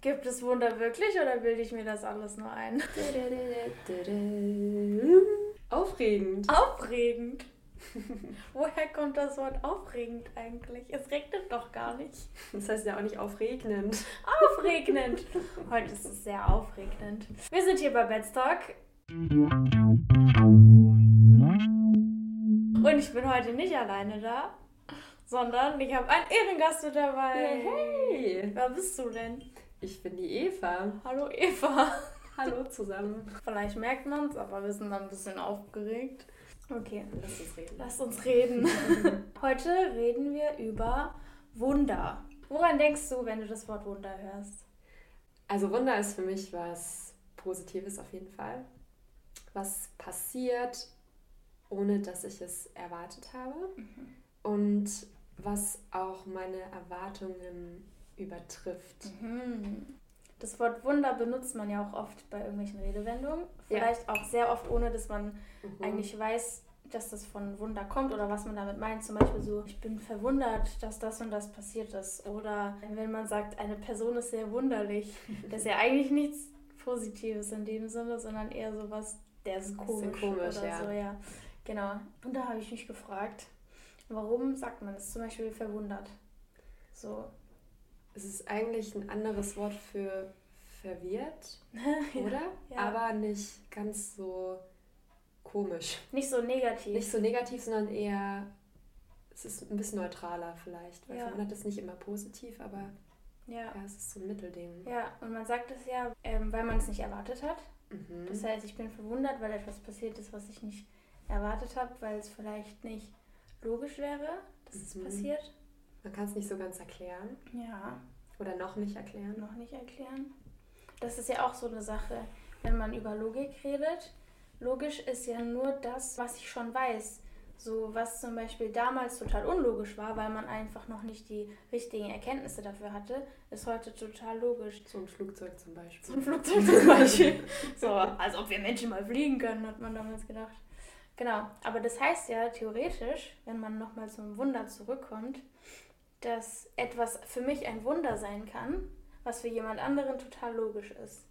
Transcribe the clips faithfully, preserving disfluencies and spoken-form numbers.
Gibt es Wunder wirklich oder bilde ich mir das alles nur ein? Aufregend. Aufregend. Woher kommt das Wort aufregend eigentlich? Es regnet doch gar nicht. Das heißt ja auch nicht aufregnend. Aufregnend. Heute ist es sehr aufregnend. Wir sind hier bei Bed's Talk. Und ich bin heute nicht alleine da, sondern ich habe einen Ehrengast mit dabei. Hey! Wer bist du denn? Ich bin die Eva. Hallo Eva. Hallo zusammen. Vielleicht merkt man es, aber wir sind dann ein bisschen aufgeregt. Okay, lass uns reden. Lass uns reden. Heute reden wir über Wunder. Woran denkst du, wenn du das Wort Wunder hörst? Also Wunder ist für mich was Positives auf jeden Fall. Was passiert, ohne dass ich es erwartet habe. Mhm. Und was auch meine Erwartungen übertrifft. Mhm. Das Wort Wunder benutzt man ja auch oft bei irgendwelchen Redewendungen. Vielleicht ja. auch sehr oft, ohne dass man mhm. eigentlich weiß, dass das von Wunder kommt oder was man damit meint. Zum Beispiel so, ich bin verwundert, dass das und das passiert ist. Oder wenn man sagt, eine Person ist sehr wunderlich. Das ist ja eigentlich nichts Positives in dem Sinne, sondern eher so was, der ist komisch, komisch oder ja. so. Ja. Genau. Und da habe ich mich gefragt, warum sagt man das zum Beispiel verwundert? So. Es ist eigentlich ein anderes Wort für verwirrt, ja, oder? Ja. Aber nicht ganz so komisch. Nicht so negativ. Nicht so negativ, sondern eher, es ist ein bisschen neutraler vielleicht. Weil ja. verwundert ist nicht immer positiv, aber ja. ja, es ist so ein Mittelding. Ja, und man sagt es ja, ähm, weil man es nicht erwartet hat. Mhm. Das heißt, ich bin verwundert, weil etwas passiert ist, was ich nicht erwartet habe, weil es vielleicht nicht logisch wäre, dass mhm. es passiert. Man kann es nicht so ganz erklären. Ja. Oder noch nicht erklären. Noch nicht erklären. Das ist ja auch so eine Sache, wenn man über Logik redet. Logisch ist ja nur das, was ich schon weiß. So, was zum Beispiel damals total unlogisch war, weil man einfach noch nicht die richtigen Erkenntnisse dafür hatte, ist heute total logisch. So ein Flugzeug zum Beispiel. So ein Flugzeug zum Beispiel. So, als ob wir Menschen mal fliegen können, hat man damals gedacht. Genau, aber das heißt ja theoretisch, wenn man nochmal zum Wunder zurückkommt, dass etwas für mich ein Wunder sein kann, was für jemand anderen total logisch ist.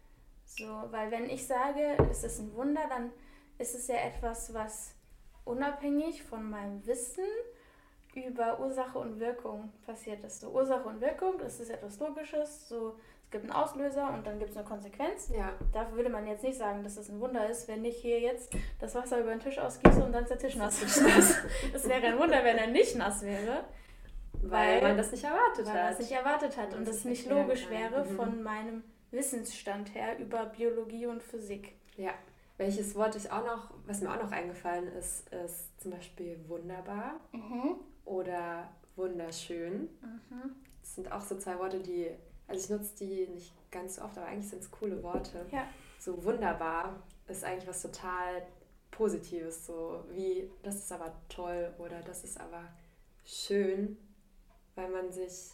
So, weil wenn ich sage, es ist ein Wunder, dann ist es ja etwas, was unabhängig von meinem Wissen über Ursache und Wirkung passiert ist. So, Ursache und Wirkung, das ist etwas Logisches, so, es gibt einen Auslöser und dann gibt es eine Konsequenz. Ja. Dafür würde man jetzt nicht sagen, dass es ein Wunder ist, wenn ich hier jetzt das Wasser über den Tisch ausgieße und dann ist der Tisch nass. Es wäre ein Wunder, wenn er nicht nass wäre. Weil, weil man das nicht erwartet weil hat. Weil man das nicht erwartet hat und, und das nicht logisch kann. wäre mhm. von meinem Wissensstand her über Biologie und Physik. Ja, welches Wort ich auch noch, was mir auch noch eingefallen ist, ist zum Beispiel wunderbar mhm. oder wunderschön. Mhm. Das sind auch so zwei Worte, die, also ich nutze die nicht ganz so oft, aber eigentlich sind es coole Worte. Ja. So wunderbar ist eigentlich was total Positives, so wie das ist aber toll oder das ist aber schön, weil man sich,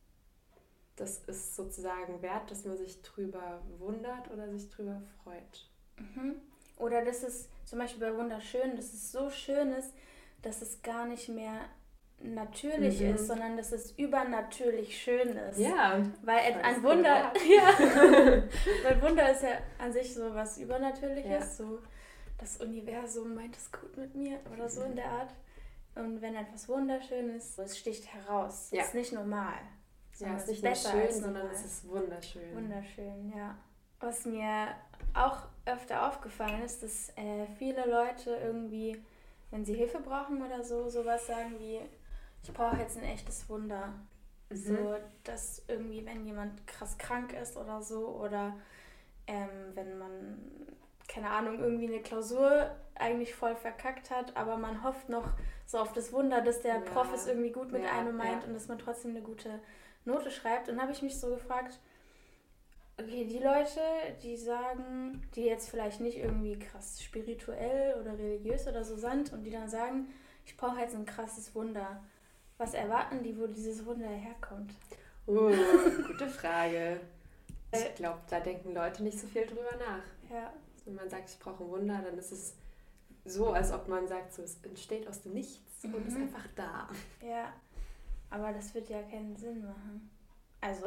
das ist sozusagen wert, dass man sich drüber wundert oder sich drüber freut. Mhm. Oder das ist zum Beispiel bei wunderschön, dass es so schön ist, dass es gar nicht mehr natürlich mhm. ist, sondern dass es übernatürlich schön ist. Ja. Weil ein Wunder, ja, weil Wunder ist ja an sich so was Übernatürliches, ja. so das Universum meint es gut mit mir oder so in der Art. Und wenn etwas wunderschön ist, es sticht heraus. Ja. Es ist nicht normal. Ja, es ist nicht nur schön, sondern es ist wunderschön. Wunderschön, ja. Was mir auch öfter aufgefallen ist, dass äh, viele Leute irgendwie, wenn sie Hilfe brauchen oder so, sowas sagen wie, ich brauche jetzt ein echtes Wunder. Mhm. So, dass irgendwie, wenn jemand krass krank ist oder so, oder ähm, wenn man, keine Ahnung, irgendwie eine Klausur eigentlich voll verkackt hat, aber man hofft noch so auf das Wunder, dass der ja. Prof es irgendwie gut mit ja, einem meint ja. und dass man trotzdem eine gute Note schreibt. Und habe ich mich so gefragt, okay, die Leute, die sagen, die jetzt vielleicht nicht irgendwie krass spirituell oder religiös oder so sind und die dann sagen, ich brauche jetzt ein krasses Wunder. Was erwarten die, wo dieses Wunder herkommt? Uh, gute Frage. Ich glaube, da denken Leute nicht so viel drüber nach. Ja. Wenn man sagt, ich brauche ein Wunder, dann ist es so, als ob man sagt, so, es entsteht aus dem Nichts mhm. und ist einfach da. Ja, aber das wird ja keinen Sinn machen. Also,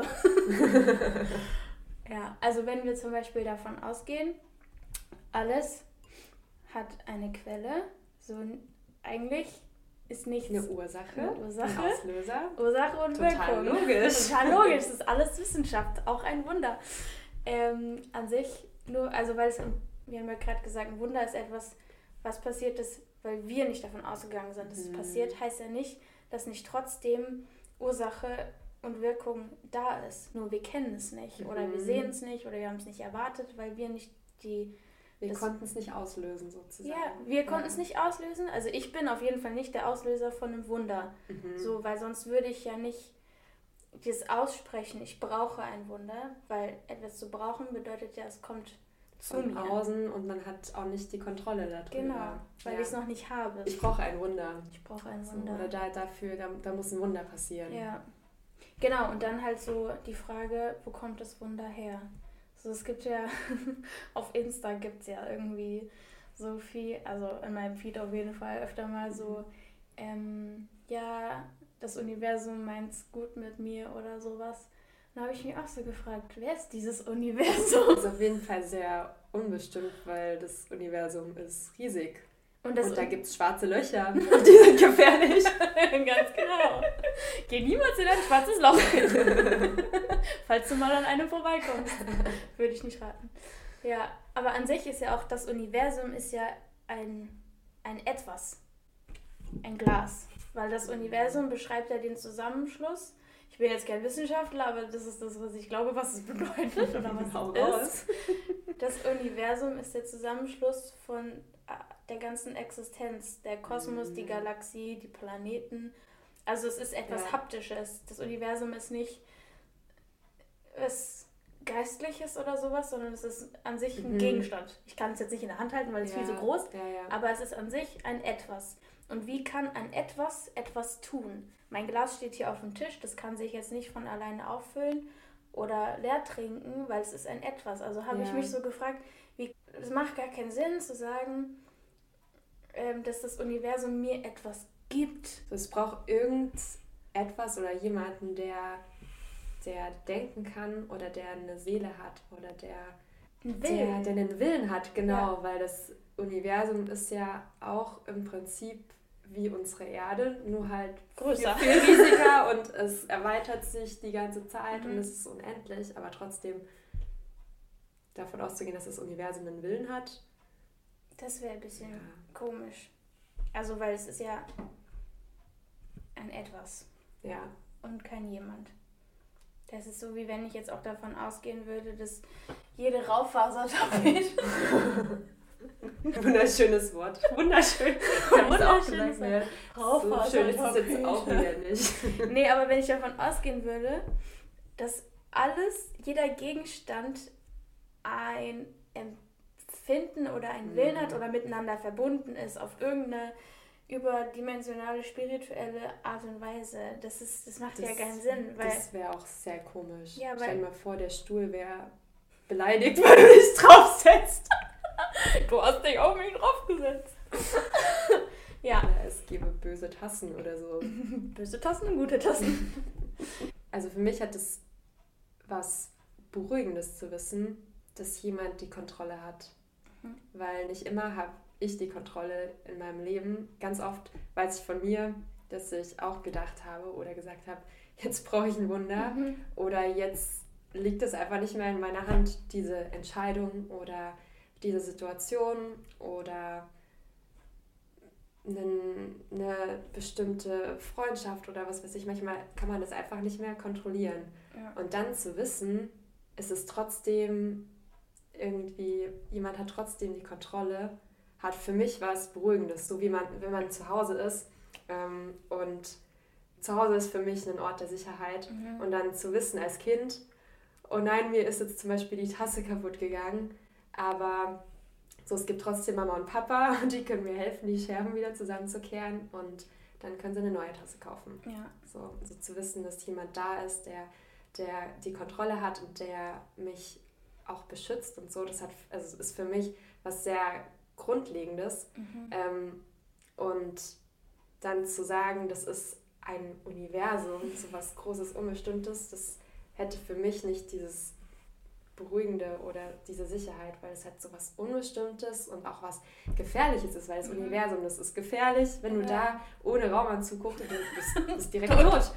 ja, also wenn wir zum Beispiel davon ausgehen, alles hat eine Quelle, so eigentlich ist nichts... Eine Ursache, eine Ursache, ein Auslöser. Ursache und Total Wirkung. logisch. Total logisch, das ist alles Wissenschaft, auch ein Wunder. Ähm, an sich nur, also weil es, wir haben ja gerade gesagt, ein Wunder ist etwas, was passiert ist, weil wir nicht davon ausgegangen sind, dass es Mhm. passiert, heißt ja nicht, dass nicht trotzdem Ursache und Wirkung da ist. Nur wir kennen es nicht oder Mhm. wir sehen es nicht oder wir haben es nicht erwartet, weil wir nicht die... Wir das- konnten es nicht auslösen, sozusagen. Ja, wir konnten es nicht auslösen. Also ich bin auf jeden Fall nicht der Auslöser von einem Wunder. Mhm. So, weil sonst würde ich ja nicht das aussprechen, ich brauche ein Wunder, weil etwas zu brauchen bedeutet ja, es kommt zu Von mir. außen und man hat auch nicht die Kontrolle darüber. Genau, weil Ja. ich es noch nicht habe. Ich brauche ein Wunder. Ich brauche ein So, Wunder. oder da, dafür, da, da muss ein Wunder passieren. Ja, genau. Und dann halt so die Frage, wo kommt das Wunder her? So, es gibt ja, auf Insta gibt es ja irgendwie so viel, also in meinem Feed auf jeden Fall öfter mal so, ähm, ja, das Universum meint's gut mit mir oder sowas. Da habe ich mich auch so gefragt, wer ist dieses Universum? Das ist auf jeden Fall sehr unbestimmt, weil das Universum ist riesig. Und, das Und da Un- gibt es schwarze Löcher. Und die sind gefährlich. Ganz genau. Geh niemals in ein schwarzes Loch. Falls du mal an einem vorbeikommst. Würde ich nicht raten. Ja, aber an sich ist ja auch das Universum ist ja ein, ein Etwas. Ein Glas. Weil das Universum beschreibt ja den Zusammenschluss. Ich bin jetzt kein Wissenschaftler, aber das ist das, was ich glaube, was es bedeutet oder was Hau es raus. ist. Das Universum ist der Zusammenschluss von äh, der ganzen Existenz. Der Kosmos, die Mhm. Galaxie, die Planeten. Also es ist etwas Ja. Haptisches. Das Universum ist nicht was Geistliches oder sowas, sondern es ist an sich ein Mhm. Gegenstand. Ich kann es jetzt nicht in der Hand halten, weil es Ja, viel zu groß Ja, ja. aber es ist an sich ein Etwas. Und wie kann ein Etwas etwas tun? Mein Glas steht hier auf dem Tisch, das kann sich jetzt nicht von alleine auffüllen oder leer trinken, weil es ist ein Etwas. Also habe ich Ja. mich so gefragt, wie, es macht gar keinen Sinn zu sagen, ähm, dass das Universum mir etwas gibt. So, es braucht irgendetwas oder jemanden, der, der denken kann oder der eine Seele hat oder der, Ein der, Willen. der einen Willen hat, genau, Ja. weil das Universum ist ja auch im Prinzip wie unsere Erde, nur halt Größer. viel, viel riesiger und es erweitert sich die ganze Zeit Mhm. und es ist unendlich, aber trotzdem davon auszugehen, dass das Universum einen Willen hat. Das wäre ein bisschen Ja. komisch. Also weil es ist ja ein Etwas. Ja, Und kein jemand. Das ist so, wie wenn ich jetzt auch davon ausgehen würde, dass jede Raufasertapete... wunderschönes Wort. Wunderschön. Hab ich's auch Wunderschönes gesagt, ja. So Raufasertapete. schön ist es jetzt auch wieder nicht. Nee, aber wenn ich davon ausgehen würde, dass alles, jeder Gegenstand ein Empfinden oder einen Willen hat Mhm. oder miteinander verbunden ist auf irgendeine überdimensionale, spirituelle Art und Weise, das, ist, das macht ja Das- keinen Sinn, weil... Das wäre auch sehr komisch. Ja, weil- Stell dir mal vor, der Stuhl wäre beleidigt, weil du dich draufsetzt. Du hast dich auf mich draufgesetzt. Ja. Oder es gäbe böse Tassen oder so. Böse Tassen und gute Tassen. Also für mich hat es was Beruhigendes zu wissen, dass jemand die Kontrolle hat. Mhm. Weil nicht immer habe ich die Kontrolle in meinem Leben. Ganz oft weiß ich von mir, dass ich auch gedacht habe oder gesagt habe, jetzt brauche ich ein Wunder Mhm. oder jetzt liegt es einfach nicht mehr in meiner Hand, diese Entscheidung oder diese Situation oder einen, eine bestimmte Freundschaft oder was weiß ich. Manchmal kann man das einfach nicht mehr kontrollieren. Ja. Und dann zu wissen, es ist trotzdem irgendwie, jemand hat trotzdem die Kontrolle, hat für mich was Beruhigendes, so wie man, wenn man zu Hause ist. Ähm, und zu Hause ist für mich ein Ort der Sicherheit. Mhm. Und dann zu wissen als Kind, oh nein, mir ist jetzt zum Beispiel die Tasse kaputt gegangen, aber so, es gibt trotzdem Mama und Papa und die können mir helfen, die Scherben wieder zusammenzukehren und dann können sie eine neue Tasse kaufen. Ja. So, so zu wissen, dass jemand da ist, der, der die Kontrolle hat und der mich auch beschützt und so, das hat, also ist für mich was sehr Grundlegendes. Mhm. Ähm, und dann zu sagen, das ist ein Universum, so was Großes, Unbestimmtes, das hätte für mich nicht dieses Beruhigende oder diese Sicherheit, weil es halt so was Unbestimmtes und auch was Gefährliches ist, weil das mhm. Universum, das ist gefährlich, wenn du ja. da ohne Raumanzug guckst, du bist, bist direkt tot.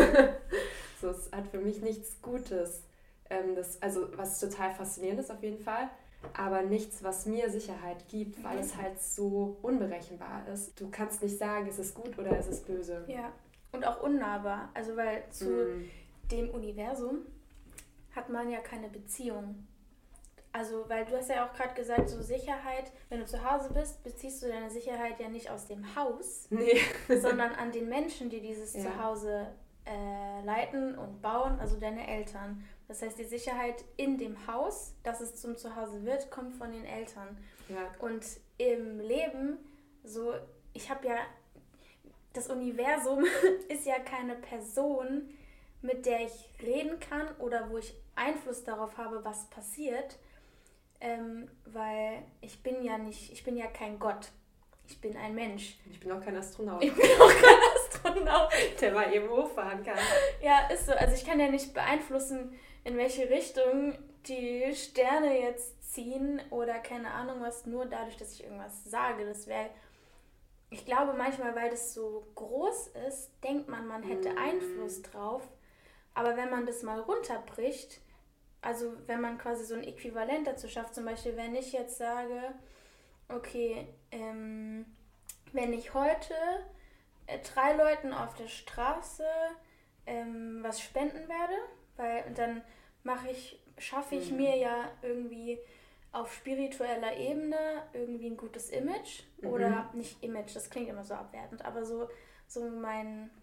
So, es hat für mich nichts Gutes. Ähm, das, also was total faszinierend ist auf jeden Fall, aber nichts, was mir Sicherheit gibt, weil mhm. es halt so unberechenbar ist. Du kannst nicht sagen, ist es gut oder ist es böse. Ja, und auch unnahbar. Also weil zu mhm. dem Universum hat man ja keine Beziehung. Also, weil du hast ja auch gerade gesagt, so Sicherheit, wenn du zu Hause bist, beziehst du deine Sicherheit ja nicht aus dem Haus, nee. sondern an den Menschen, die dieses ja. Zuhause äh, leiten und bauen, also deine Eltern. Das heißt, die Sicherheit in dem Haus, dass es zum Zuhause wird, kommt von den Eltern. Ja. Und im Leben, so, ich habe ja, das Universum ist ja keine Person, mit der ich reden kann oder wo ich Einfluss darauf habe, was passiert, ähm, weil ich bin ja nicht, ich bin ja kein Gott, ich bin ein Mensch. Ich bin auch kein Astronaut. Ich bin auch kein Astronaut. Der mal eben hochfahren kann. Ja, ist so. Also ich kann ja nicht beeinflussen, in welche Richtung die Sterne jetzt ziehen oder keine Ahnung was, nur dadurch, dass ich irgendwas sage. Das wäre, ich glaube manchmal, weil das so groß ist, denkt man, man hätte Einfluss drauf. Aber wenn man das mal runterbricht, also wenn man quasi so ein Äquivalent dazu schafft, zum Beispiel, wenn ich jetzt sage, okay, ähm, wenn ich heute äh, drei Leuten auf der Straße ähm, was spenden werde, weil und dann mache ich, schaffe ich mhm. mir ja irgendwie auf spiritueller Ebene irgendwie ein gutes Image mhm. oder nicht Image, das klingt immer so abwertend, aber so, so mein...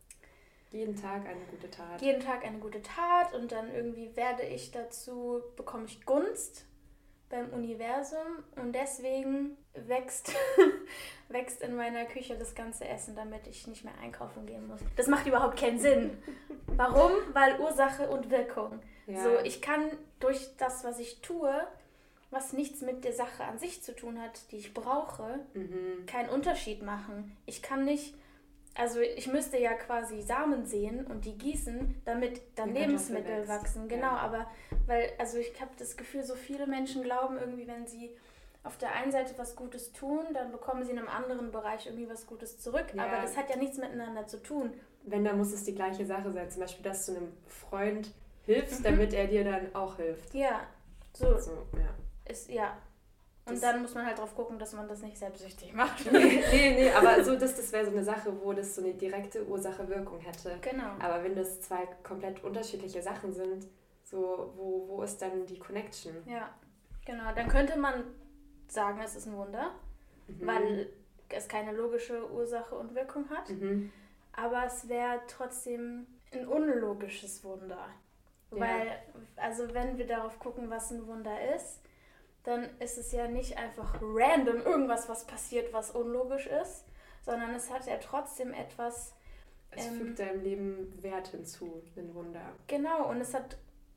Jeden Tag eine gute Tat. Jeden Tag eine gute Tat und dann irgendwie werde ich dazu, bekomme ich Gunst beim Universum und deswegen wächst, wächst in meiner Küche das ganze Essen, damit ich nicht mehr einkaufen gehen muss. Das macht überhaupt keinen Sinn. Warum? Weil Ursache und Wirkung. Ja. So, ich kann durch das, was ich tue, was nichts mit der Sache an sich zu tun hat, die ich brauche, mhm. keinen Unterschied machen. Ich kann nicht... Also ich müsste ja quasi Samen säen und die gießen, damit dann die Lebensmittel wachsen. Genau, ja. aber weil, also ich habe das Gefühl, so viele Menschen glauben irgendwie, wenn sie auf der einen Seite was Gutes tun, dann bekommen sie in einem anderen Bereich irgendwie was Gutes zurück. Ja. Aber das hat ja nichts miteinander zu tun. Wenn, dann muss es die gleiche Sache sein. Zum Beispiel, dass du einem Freund hilfst, mhm. damit er dir dann auch hilft. Ja, so. so ja. Ist, ja. Und das dann muss man halt drauf gucken, dass man das nicht selbstsüchtig macht. nee, nee, nee, aber so, das, das wäre so eine Sache, wo das so eine direkte Ursache-Wirkung hätte. Genau. Aber wenn das zwei komplett unterschiedliche Sachen sind, so, wo, wo ist dann die Connection? Ja, genau. Dann könnte man sagen, es ist ein Wunder, mhm. weil es keine logische Ursache und Wirkung hat. Mhm. Aber es wäre trotzdem ein unlogisches Wunder. Ja. Weil, also wenn wir darauf gucken, was ein Wunder ist, dann ist es ja nicht einfach random irgendwas, was passiert, was unlogisch ist, sondern es hat ja trotzdem etwas... Es ähm, fügt deinem Leben Wert hinzu, ein Wunder. Genau, und es hat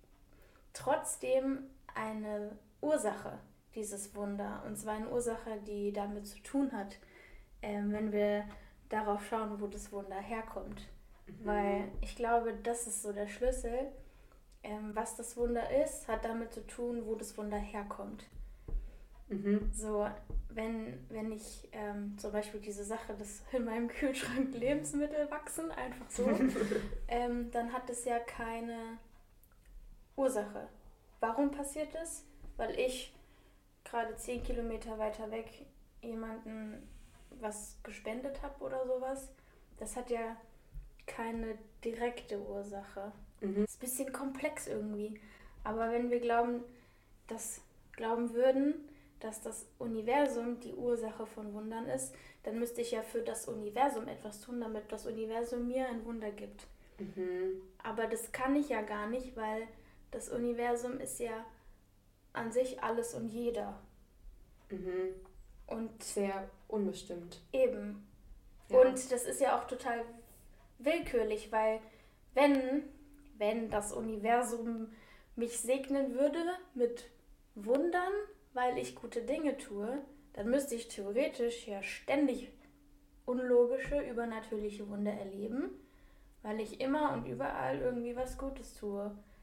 trotzdem eine Ursache, dieses Wunder. Und zwar eine Ursache, die damit zu tun hat, ähm, wenn wir darauf schauen, wo das Wunder herkommt. Mhm. Weil ich glaube, das ist so der Schlüssel. Ähm, was das Wunder ist, hat damit zu tun, wo das Wunder herkommt. Mhm. So, wenn, wenn ich ähm, zum Beispiel diese Sache, dass in meinem Kühlschrank Lebensmittel wachsen, einfach so, ähm, dann hat es ja keine Ursache. Warum passiert das? Weil ich gerade zehn Kilometer weiter weg jemanden was gespendet habe oder sowas. Das hat ja keine direkte Ursache. Mhm. Ist ein bisschen komplex irgendwie. Aber wenn wir glauben, dass glauben würden, dass das Universum die Ursache von Wundern ist, dann müsste ich ja für das Universum etwas tun, damit das Universum mir ein Wunder gibt. Mhm. Aber das kann ich ja gar nicht, weil das Universum ist ja an sich alles und jeder. Mhm. Und sehr unbestimmt. Eben. Ja. Und das ist ja auch total willkürlich, weil wenn, wenn das Universum mich segnen würde mit Wundern, weil ich gute Dinge tue, dann müsste ich theoretisch ja ständig unlogische, übernatürliche Wunder erleben, weil ich immer und überall irgendwie was Gutes tue.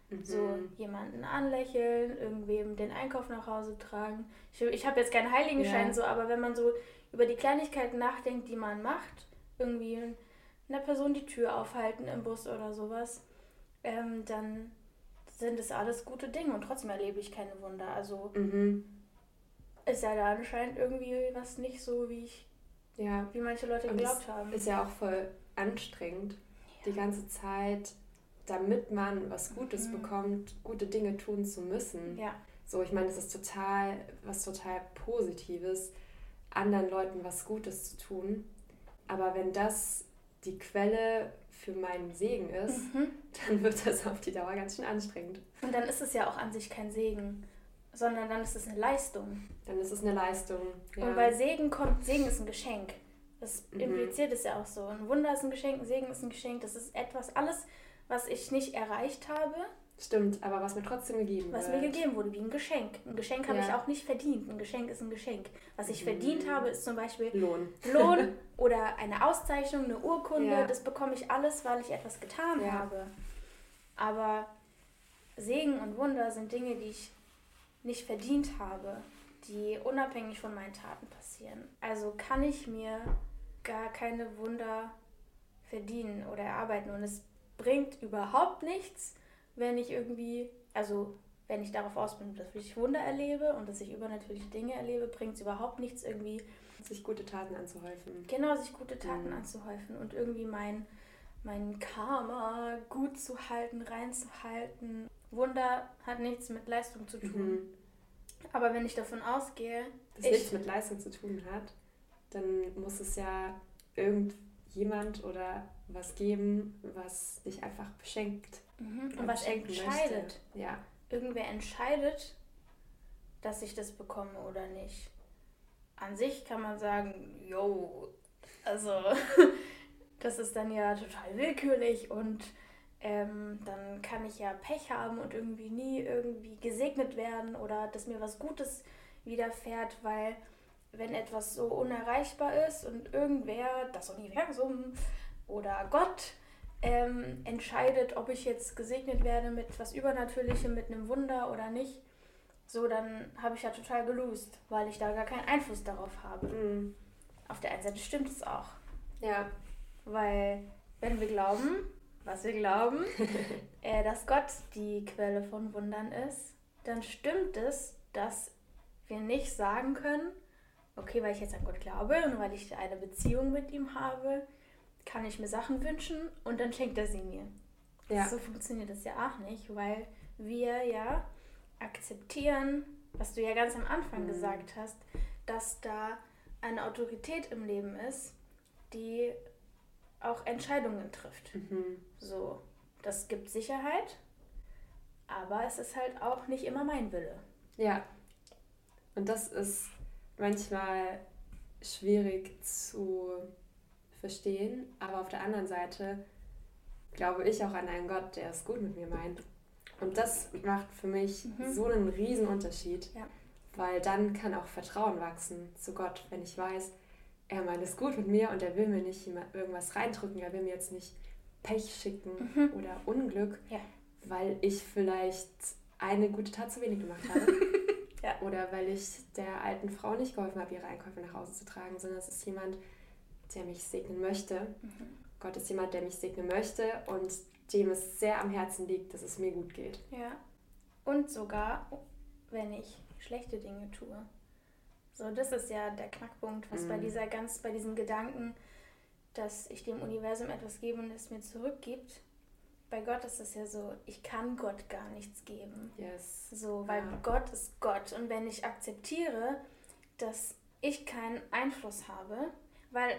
Mhm. So jemanden anlächeln, irgendwem den Einkauf nach Hause tragen. Ich, ich habe jetzt keinen Heiligenschein, Ja. so, aber wenn man so über die Kleinigkeiten nachdenkt, die man macht, irgendwie einer Person die Tür aufhalten im Bus oder sowas, ähm, dann sind es alles gute Dinge und trotzdem erlebe ich keine Wunder. Also Mhm. ist ja da anscheinend irgendwie was nicht so, wie ich, Ja. wie manche Leute Und geglaubt es haben. ist ja auch voll anstrengend, die ganze Zeit, damit man was Gutes Mhm. bekommt, gute Dinge tun zu müssen. Ja. So, ich meine, das ist total, was total Positives, anderen Leuten was Gutes zu tun. Aber wenn das die Quelle für meinen Segen ist, Mhm. dann wird das auf die Dauer ganz schön anstrengend. Und dann ist es ja auch an sich kein Segen, sondern dann ist es eine Leistung. Dann ist es eine Leistung. Ja. Und weil Segen kommt, Segen ist ein Geschenk. Das Mhm. impliziert es ja auch so. Ein Wunder ist ein Geschenk, ein Segen ist ein Geschenk. Das ist etwas, alles, was ich nicht erreicht habe, Stimmt, aber was mir trotzdem gegeben was wird. mir gegeben wurde, wie ein Geschenk. Ein Geschenk habe Ja. ich auch nicht verdient. Ein Geschenk ist ein Geschenk. Was ich Mhm. verdient habe, ist zum Beispiel Lohn. Lohn oder eine Auszeichnung, eine Urkunde. Ja. Das bekomme ich alles, weil ich etwas getan Ja. habe. Aber Segen und Wunder sind Dinge, die ich nicht verdient habe, die unabhängig von meinen Taten passieren. Also kann ich mir gar keine Wunder verdienen oder erarbeiten. Und es bringt überhaupt nichts, wenn ich irgendwie, also wenn ich darauf aus bin, dass ich Wunder erlebe und dass ich übernatürliche Dinge erlebe, bringt es überhaupt nichts, irgendwie Sich gute Taten anzuhäufen. genau sich gute Taten Mhm. anzuhäufen und irgendwie mein, mein Karma gut zu halten, reinzuhalten. Wunder hat nichts mit Leistung zu tun. Mhm. Aber wenn ich davon ausgehe, Das ich, nichts mit Leistung zu tun hat, dann muss es ja irgendjemand oder was geben, was dich einfach beschenkt. Mhm. oder und was beschenken entscheidet, möchte. Ja. irgendwer entscheidet, dass ich das bekomme oder nicht. An sich kann man sagen, yo, also das ist dann ja total willkürlich und ähm, dann kann ich ja Pech haben und irgendwie nie irgendwie gesegnet werden oder dass mir was Gutes widerfährt, weil wenn etwas so unerreichbar ist und irgendwer, das Universum oder Gott, ähm, entscheidet, ob ich jetzt gesegnet werde mit was Übernatürlichem, mit einem Wunder oder nicht, so, dann habe ich ja total gelost, weil ich da gar keinen Einfluss darauf habe. Mhm. Auf der einen Seite stimmt es auch, Ja. weil wenn wir glauben, was wir glauben, äh, dass Gott die Quelle von Wundern ist, dann stimmt es, dass wir nicht sagen können, okay, weil ich jetzt an Gott glaube und weil ich eine Beziehung mit ihm habe, kann ich mir Sachen wünschen und dann schenkt er sie mir. Ja. So funktioniert das ja auch nicht, weil wir ja akzeptieren, was du ja ganz am Anfang Mhm. gesagt hast, dass da eine Autorität im Leben ist, die auch Entscheidungen trifft. Mhm. So, das gibt Sicherheit, aber es ist halt auch nicht immer mein Wille. Ja. Und das ist manchmal schwierig zu verstehen, aber auf der anderen Seite glaube ich auch an einen Gott, der es gut mit mir meint. Und das macht für mich Mhm. so einen riesen Unterschied, Ja. weil dann kann auch Vertrauen wachsen zu Gott, wenn ich weiß, er meint es gut mit mir und er will mir nicht immer irgendwas reindrücken, er will mir jetzt nicht Pech schicken Mhm. oder Unglück, Ja. weil ich vielleicht eine gute Tat zu wenig gemacht habe. Ja. Oder weil ich der alten Frau nicht geholfen habe, ihre Einkäufe nach Hause zu tragen, sondern es ist jemand, der mich segnen möchte. Mhm. Gott ist jemand, der mich segnen möchte und dem es sehr am Herzen liegt, dass es mir gut geht. Ja. Und sogar, wenn ich schlechte Dinge tue. So, das ist ja der Knackpunkt, was bei Mhm. dieser ganz, bei diesem Gedanken, dass ich dem Universum etwas gebe und es mir zurückgibt. Bei Gott ist es ja so, ich kann Gott gar nichts geben. Yes. So, weil Ja. Gott ist Gott. Und wenn ich akzeptiere, dass ich keinen Einfluss habe, weil,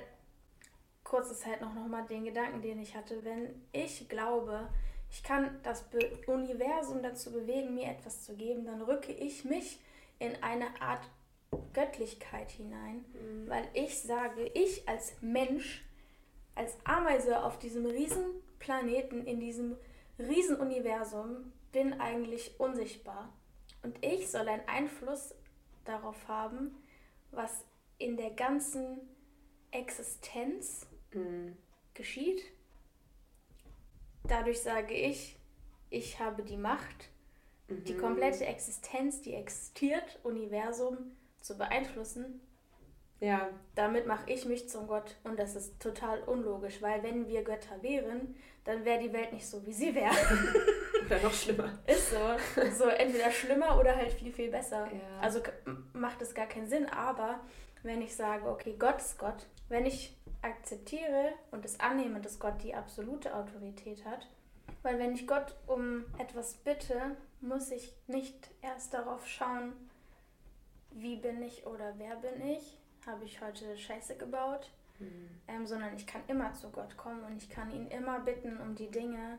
kurzes halt noch, noch mal den Gedanken, den ich hatte, wenn ich glaube, ich kann das Be- Universum dazu bewegen, mir etwas zu geben, dann rücke ich mich in eine Art Göttlichkeit hinein, Mhm. weil ich sage, ich als Mensch, als Ameise auf diesem riesen Planeten, in diesem riesen Universum, bin eigentlich unsichtbar. Und ich soll einen Einfluss darauf haben, was in der ganzen Existenz Mhm. geschieht. Dadurch sage ich, ich habe die Macht, mhm. die komplette Existenz, die existiert, Universum zu beeinflussen. Ja. Damit mache ich mich zum Gott und das ist total unlogisch, weil wenn wir Götter wären, dann wäre die Welt nicht so, wie sie wäre. Oder noch schlimmer. Ist so. So entweder schlimmer oder halt viel, viel besser. Ja. Also macht es gar keinen Sinn, aber wenn ich sage, okay, Gott ist Gott, wenn ich akzeptiere und es annehme, dass Gott die absolute Autorität hat, weil wenn ich Gott um etwas bitte, muss ich nicht erst darauf schauen, wie bin ich oder wer bin ich, habe ich heute Scheiße gebaut, mhm. ähm, sondern ich kann immer zu Gott kommen und ich kann ihn immer bitten um die Dinge,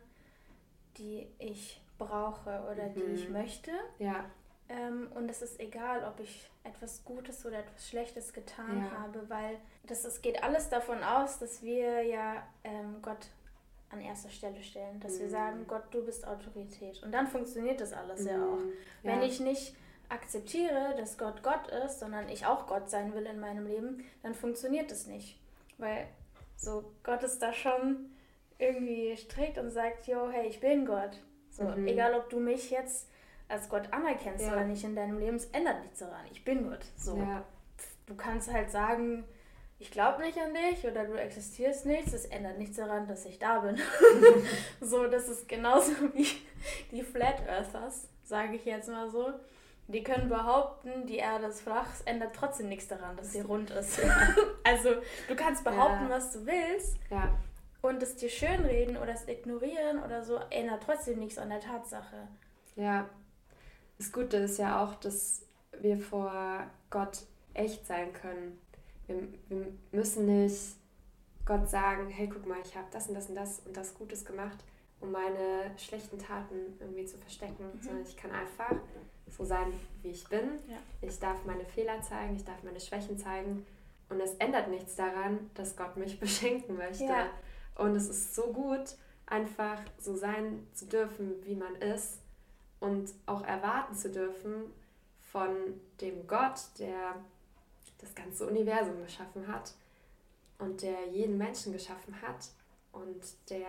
die ich brauche oder mhm. die ich möchte. Ja. Ähm, und es ist egal, ob ich etwas Gutes oder etwas Schlechtes getan ja. habe, weil das, es geht alles davon aus, dass wir ja ähm, Gott an erster Stelle stellen, dass mhm. wir sagen, Gott, du bist Autorität. Und dann funktioniert das alles mhm. ja auch. Ja. Wenn ich nicht akzeptiere, dass Gott Gott ist, sondern ich auch Gott sein will in meinem Leben, dann funktioniert es nicht. Weil so Gott ist da schon irgendwie strikt und sagt, yo, hey, ich bin Gott. So, mhm. egal ob du mich jetzt als Gott anerkennst ja. oder nicht in deinem Leben, es ändert nichts daran. Ich bin Gott. So. Ja. Du kannst halt sagen, ich glaube nicht an dich oder du existierst nichts, es ändert nichts daran, dass ich da bin. So, das ist genauso wie die Flat Earthers, sage ich jetzt mal so. Die können behaupten, die Erde ist flach, es ändert trotzdem nichts daran, dass sie rund ist. Also, du kannst behaupten, ja. was du willst ja. und es dir schönreden oder es ignorieren oder so, ändert trotzdem nichts an der Tatsache. Ja, das Gute ist ja auch, dass wir vor Gott echt sein können. Wir, wir müssen nicht Gott sagen, hey, guck mal, ich habe das und das und das und das Gutes gemacht, um meine schlechten Taten irgendwie zu verstecken, mhm. sondern ich kann einfach so sein, wie ich bin. Ja. Ich darf meine Fehler zeigen, ich darf meine Schwächen zeigen und es ändert nichts daran, dass Gott mich beschenken möchte. Ja. Und es ist so gut, einfach so sein zu dürfen, wie man ist und auch erwarten zu dürfen von dem Gott, der das ganze Universum geschaffen hat und der jeden Menschen geschaffen hat und der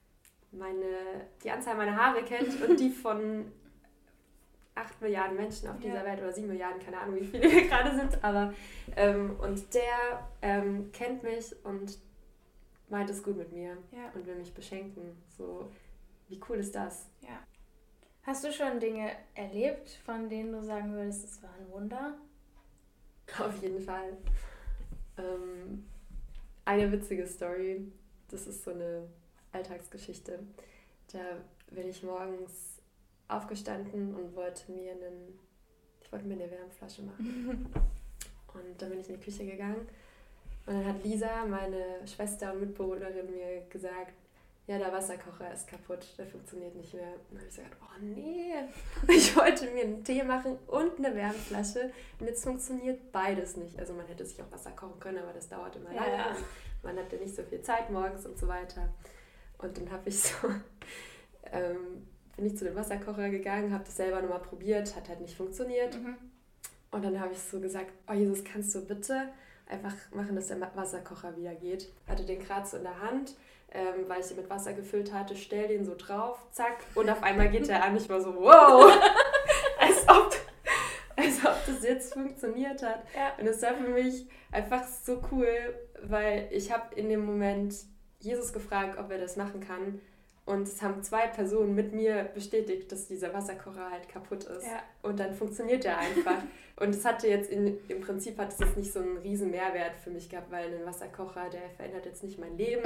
meine, die Anzahl meiner Haare kennt und die von acht Milliarden Menschen auf dieser ja. Welt oder sieben Milliarden, keine Ahnung, wie viele wir gerade sind, aber ähm, und der ähm, kennt mich und meint es gut mit mir ja. und will mich beschenken. So, wie cool ist das? Ja. Hast du schon Dinge erlebt, von denen du sagen würdest, es war ein Wunder? Auf jeden Fall. Ähm, eine witzige Story, das ist so eine Alltagsgeschichte. Da bin ich morgens aufgestanden und wollte mir einen, ich wollte mir eine Wärmflasche machen. Und dann bin ich in die Küche gegangen und dann hat Lisa, meine Schwester und Mitbewohnerin, mir gesagt, ja, der Wasserkocher ist kaputt, der funktioniert nicht mehr. Und dann habe ich gesagt, oh nee, ich wollte mir einen Tee machen und eine Wärmflasche und jetzt funktioniert beides nicht. Also man hätte sich auch Wasser kochen können, aber das dauert immer lange. Ja. Man hatte nicht so viel Zeit morgens und so weiter. Und dann habe ich so, ähm, bin ich zu dem Wasserkocher gegangen, habe das selber nochmal probiert, hat halt nicht funktioniert. Mhm. Und dann habe ich so gesagt, oh Jesus, kannst du bitte einfach machen, dass der Wasserkocher wieder geht. Hatte den gerade so in der Hand, ähm, weil ich ihn mit Wasser gefüllt hatte, stell den so drauf, zack, und auf einmal geht der an. Ich war so, wow, als ob, als ob das jetzt funktioniert hat. Ja. Und es war für mich einfach so cool, weil ich habe in dem Moment Jesus gefragt, ob er das machen kann. Und es haben zwei Personen mit mir bestätigt, dass dieser Wasserkocher halt kaputt ist. Ja. Und dann funktioniert der einfach. Und es hatte jetzt in, im Prinzip hat es jetzt nicht so einen riesen Mehrwert für mich gehabt, weil ein Wasserkocher, der verändert jetzt nicht mein Leben.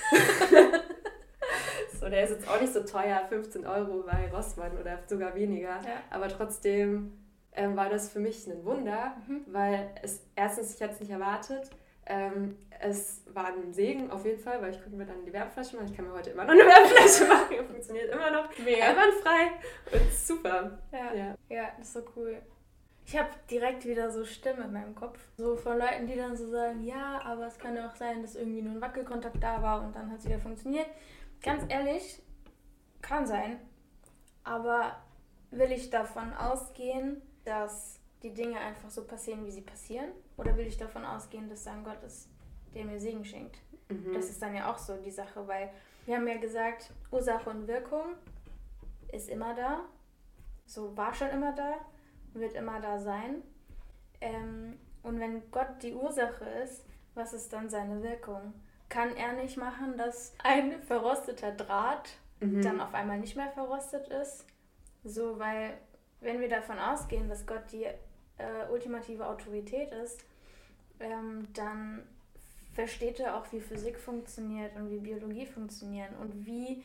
So, der ist jetzt auch nicht so teuer, fünfzehn Euro bei Rossmann oder sogar weniger. Ja. Aber trotzdem ähm, war das für mich ein Wunder, mhm. weil es erstens, ich hatte es nicht erwartet. Ähm, es war ein Segen auf jeden Fall, weil ich konnte mir dann die Wärmflasche machen. Ich kann mir heute immer noch eine Wärmflasche machen. Funktioniert immer noch. Mega. Einwandfrei. Und super. Ja. Ja. Ja, das ist so cool. Ich habe direkt wieder so Stimmen in meinem Kopf. So von Leuten, die dann so sagen, ja, aber es kann ja auch sein, dass irgendwie nur ein Wackelkontakt da war und dann hat es wieder funktioniert. Ganz ehrlich, kann sein. Aber will ich davon ausgehen, dass die Dinge einfach so passieren, wie sie passieren? Oder will ich davon ausgehen, dass da ein Gott ist, der mir Segen schenkt? Mhm. Das ist dann ja auch so die Sache, weil wir haben ja gesagt, Ursache und Wirkung. ist immer da, so war schon immer da, wird immer da sein. Ähm, und wenn Gott die Ursache ist, was ist dann seine Wirkung? Kann er nicht machen, dass ein verrosteter Draht mhm. dann auf einmal nicht mehr verrostet ist? So, weil wenn wir davon ausgehen, dass Gott die äh, ultimative Autorität ist, ähm, dann versteht er auch, wie Physik funktioniert und wie Biologie funktioniert und wie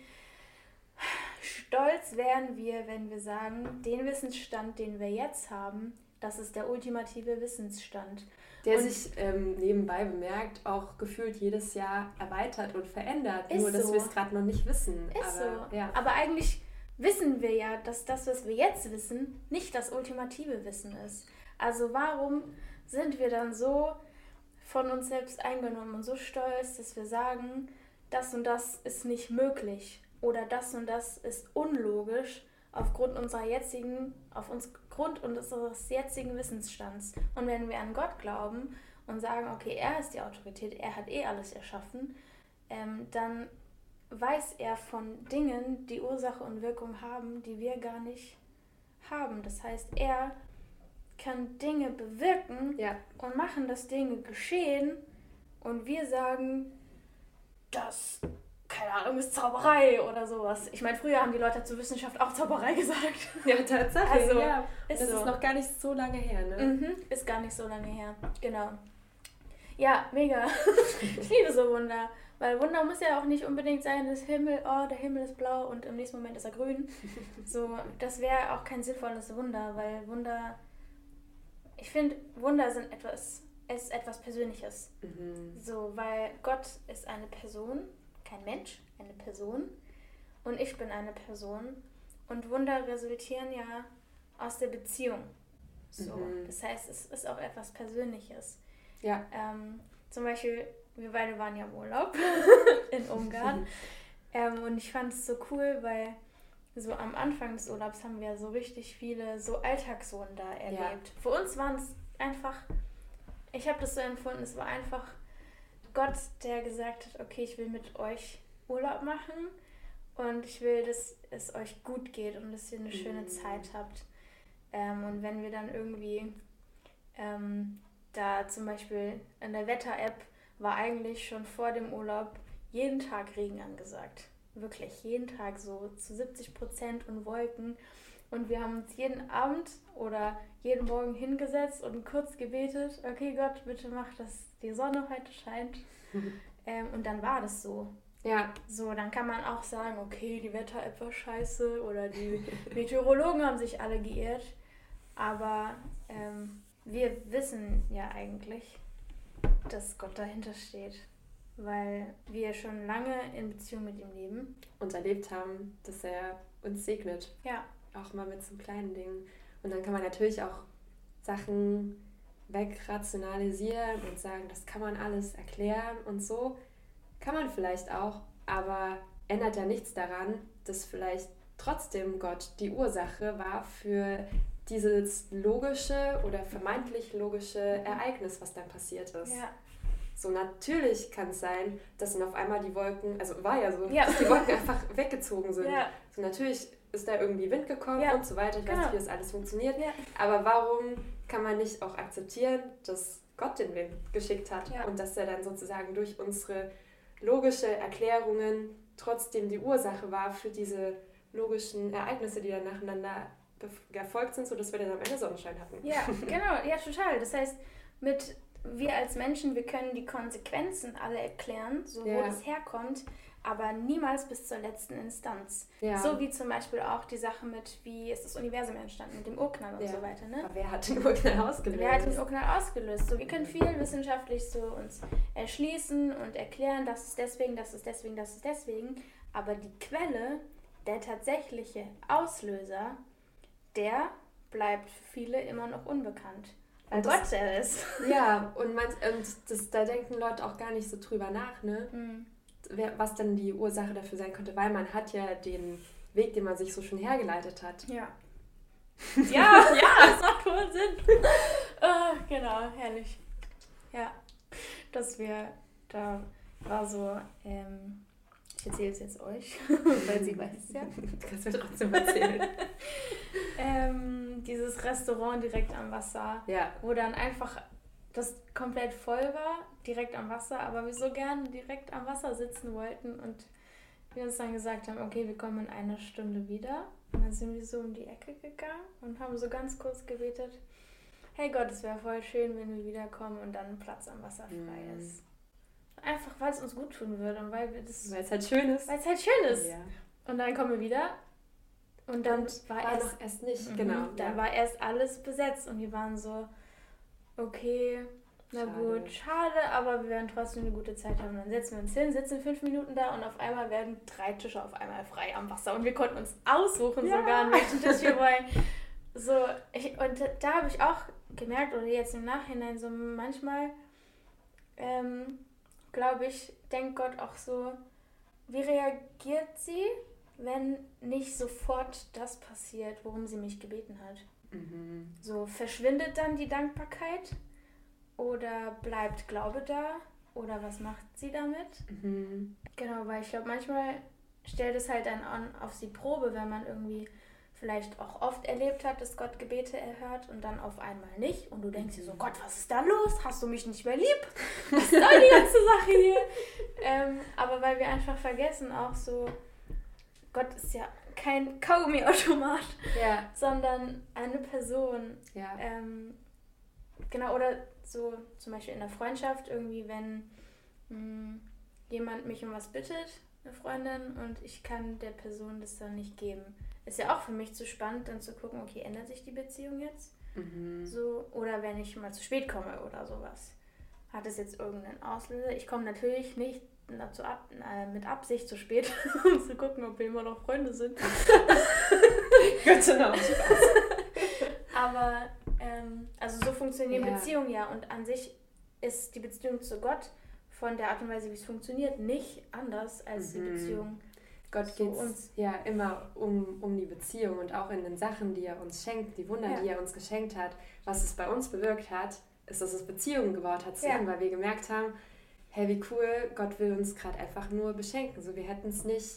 stolz wären wir, wenn wir sagen, den Wissensstand, den wir jetzt haben, das ist der ultimative Wissensstand. Der und sich ähm, nebenbei bemerkt auch gefühlt jedes Jahr erweitert und verändert, nur dass so. wir es gerade noch nicht wissen. Ist aber, so. Ja. Aber eigentlich wissen wir ja, dass das, was wir jetzt wissen, nicht das ultimative Wissen ist. Also warum sind wir dann so von uns selbst eingenommen und so stolz, dass wir sagen, das und das ist nicht möglich oder das und das ist unlogisch aufgrund unserer jetzigen, auf uns Grund unseres jetzigen Wissensstands. Und wenn wir an Gott glauben und sagen, okay, er ist die Autorität, er hat eh alles erschaffen, ähm, dann weiß er von Dingen, die Ursache und Wirkung haben, die wir gar nicht haben. Das heißt, er kann Dinge bewirken ja. und machen, dass Dinge geschehen und wir sagen, das, keine Ahnung, ist Zauberei oder sowas. Ich meine, früher haben die Leute zur Wissenschaft auch Zauberei gesagt. Ja, tatsächlich. Also, ja. Ist das so. ist noch gar nicht so lange her, ne? Mhm, ist gar nicht so lange her, genau. Ja, mega. Ich liebe so Wunder. Weil Wunder muss ja auch nicht unbedingt sein, das Himmel, oh, der Himmel ist blau und im nächsten Moment ist er grün. So, das wäre auch kein sinnvolles Wunder, weil Wunder, ich finde, Wunder sind etwas, es ist etwas Persönliches. Mhm. So, weil Gott ist eine Person, kein Mensch, eine Person und ich bin eine Person und Wunder resultieren ja aus der Beziehung. So, mhm. das heißt, es ist auch etwas Persönliches. Ja. Ähm, zum Beispiel, wir beide waren ja im Urlaub in Ungarn ähm, und ich fand es so cool, weil so am Anfang des Urlaubs haben wir so richtig viele so Alltagswunder erlebt. Ja. Für uns waren es einfach, ich habe das so empfunden, es war einfach Gott, der gesagt hat, okay, ich will mit euch Urlaub machen und ich will, dass es euch gut geht und dass ihr eine schöne mhm. Zeit habt. Ähm, und wenn wir dann irgendwie ähm, da zum Beispiel in der Wetter-App war eigentlich schon vor dem Urlaub jeden Tag Regen angesagt. Wirklich, jeden Tag so zu siebzig Prozent und Wolken. Und wir haben uns jeden Abend oder jeden Morgen hingesetzt und kurz gebetet, okay Gott, bitte mach, dass die Sonne heute scheint. Mhm. Ähm, und dann war das so. Ja. So, dann kann man auch sagen, okay, die Wetter-App war scheiße oder die Meteorologen haben sich alle geirrt. Aber ähm, wir wissen ja eigentlich, dass Gott dahinter steht, weil wir schon lange in Beziehung mit ihm leben. Und erlebt haben, dass er uns segnet. Ja. Auch mal mit so kleinen Dingen. Und dann kann man natürlich auch Sachen wegrationalisieren und sagen, das kann man alles erklären und so. Kann man vielleicht auch, aber ändert ja nichts daran, dass vielleicht trotzdem Gott die Ursache war für dieses logische oder vermeintlich logische Ereignis, was dann passiert ist. Ja. So, natürlich kann es sein, dass dann auf einmal die Wolken, also war ja so, ja. dass die Wolken einfach weggezogen sind. Ja. So, natürlich ist da irgendwie Wind gekommen ja. und so weiter. Ich genau. weiß nicht, wie das alles funktioniert. Ja. Aber warum kann man nicht auch akzeptieren, dass Gott den Wind geschickt hat ja. und dass er dann sozusagen durch unsere logische Erklärungen trotzdem die Ursache war für diese logischen Ereignisse, die dann nacheinander erfolgt sind, sodass wir dann am Ende Sonnenschein hatten. Ja, genau, ja, total. Das heißt, mit wir als Menschen, wir können die Konsequenzen alle erklären, so ja. wo das herkommt, aber niemals bis zur letzten Instanz. Ja. So wie zum Beispiel auch die Sache mit, wie ist das Universum entstanden, mit dem Urknall und ja. so weiter. Ne? Aber wer hat den Urknall ausgelöst? Wer hat den Urknall ausgelöst? So, wir können viel wissenschaftlich so uns erschließen und erklären, das ist deswegen, das ist deswegen, das ist deswegen, aber die Quelle, der tatsächliche Auslöser, der bleibt für viele immer noch unbekannt. Weil und Gott das, der ist. Ja, und, man, und das, da denken Leute auch gar nicht so drüber nach, ne? Mhm. Wer, was denn die Ursache dafür sein könnte, weil man hat ja den Weg, den man sich so schon hergeleitet hat. Ja. Ja, ja, das macht voll Sinn. Oh, genau, herrlich. Ja, dass wir, da war so, ähm, ich erzähle es jetzt euch, weil sie weiß es ja. Du kannst mir trotzdem erzählen. ähm, dieses Restaurant direkt am Wasser, ja. wo dann einfach das komplett voll war, direkt am Wasser, aber wir so gerne direkt am Wasser sitzen wollten und wir uns dann gesagt haben, okay, wir kommen in einer Stunde wieder. Und dann sind wir so um die Ecke gegangen und haben so ganz kurz gebetet, hey Gott, es wäre voll schön, wenn wir wiederkommen und dann ein Platz am Wasser frei mm. ist. Einfach, weil es uns gut tun würde und weil wir das... Weil es halt schön ist. Weil es halt schön ist. Ja. Und dann kommen wir wieder und dann und war, war erst... noch erst nicht, mhm, genau. Dann ja. war erst alles besetzt und wir waren so, okay... Na schade. gut, schade, aber wir werden trotzdem eine gute Zeit haben. Dann setzen wir uns hin, sitzen fünf Minuten da und auf einmal werden drei Tische auf einmal frei am Wasser. Und wir konnten uns aussuchen ja. sogar, an welchen Tisch wir wollen. So, ich, und da habe ich auch gemerkt, oder jetzt im Nachhinein, so manchmal, ähm, glaube ich, denkt Gott auch so, wie reagiert sie, wenn nicht sofort das passiert, worum sie mich gebeten hat? Mhm. So, verschwindet dann die Dankbarkeit? Oder bleibt Glaube da? Oder was macht sie damit? Mhm. Genau, weil ich glaube, manchmal stellt es halt dann an auf die Probe, wenn man irgendwie vielleicht auch oft erlebt hat, dass Gott Gebete erhört und dann auf einmal nicht. Und du denkst dir so, Gott, was ist da los? Hast du mich nicht mehr lieb? Was soll die ganze Sache hier? ähm, aber weil wir einfach vergessen auch so, Gott ist ja kein Kaugummi-Automat, ja. sondern eine Person. Ja. Ähm, genau, oder so zum Beispiel in der Freundschaft irgendwie, wenn mh, jemand mich um was bittet, eine Freundin, und ich kann der Person das dann nicht geben. Ist ja auch für mich zu spannend, dann zu gucken, okay, ändert sich die Beziehung jetzt? Mhm. So, oder wenn ich mal zu spät komme oder sowas. Hat es jetzt irgendeinen Auslöser? Ich komme natürlich nicht dazu ab, äh, mit Absicht zu spät, um zu gucken, ob wir immer noch Freunde sind. Gott sei Dank. Aber ähm, also so funktionieren ja. Beziehungen ja, und an sich ist die Beziehung zu Gott von der Art und Weise, wie es funktioniert, nicht anders als mhm. die Beziehung Gott zu geht uns. Ja immer um, um die Beziehung und auch in den Sachen, die er uns schenkt, die Wunder, ja. die er uns geschenkt hat. Was es bei uns bewirkt hat, ist, dass es Beziehungen gebaut hat zu ja. ihm, weil wir gemerkt haben, hey, wie cool, Gott will uns gerade einfach nur beschenken. So, wir hätten es nicht,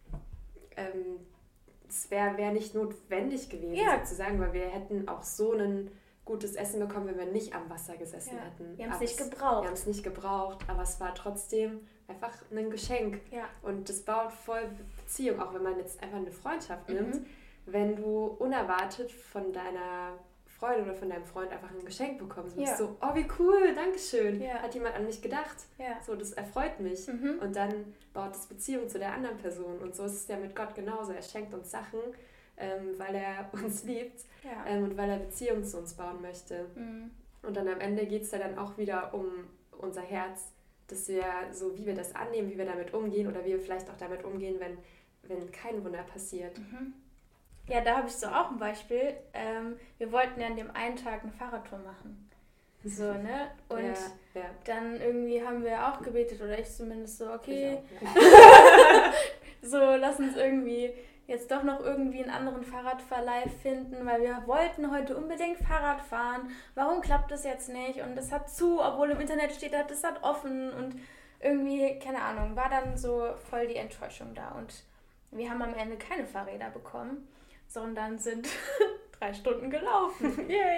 ähm, es wäre wär nicht notwendig gewesen, ja. sozusagen, weil wir hätten auch so ein gutes Essen bekommen, wenn wir nicht am Wasser gesessen ja. hätten. Wir haben es nicht gebraucht. Wir haben es nicht gebraucht, aber es war trotzdem einfach ein Geschenk. Ja. Und das baut voll Beziehung, auch wenn man jetzt einfach eine Freundschaft mhm. nimmt. Wenn du unerwartet von deiner Freundin oder von deinem Freund einfach ein Geschenk bekommst. Und ja. bist so, oh wie cool, dankeschön. Ja. Hat jemand an mich gedacht. Ja. So, das erfreut mich. Mhm. Und dann baut es Beziehung zu der anderen Person. Und so ist es ja mit Gott genauso. Er schenkt uns Sachen, ähm, weil er uns liebt ja. ähm, und weil er Beziehungen zu uns bauen möchte. Mhm. Und dann am Ende geht es ja dann auch wieder um unser Herz, dass wir so, wie wir das annehmen, wie wir damit umgehen oder wie wir vielleicht auch damit umgehen, wenn, wenn kein Wunder passiert. Mhm. Ja, da habe ich so auch ein Beispiel. Ähm, wir wollten ja an dem einen Tag eine Fahrradtour machen. So, ne? Und ja, ja. dann irgendwie haben wir auch gebetet, oder ich zumindest so, okay, ich auch, ja. so, lass uns irgendwie jetzt doch noch irgendwie einen anderen Fahrradverleih finden, weil wir wollten heute unbedingt Fahrrad fahren. Warum klappt das jetzt nicht? Und das hat zu, obwohl im Internet steht, das hat offen, und irgendwie, keine Ahnung, war dann so voll die Enttäuschung da. Und wir haben am Ende keine Fahrräder bekommen, sondern sind drei Stunden gelaufen. Yay!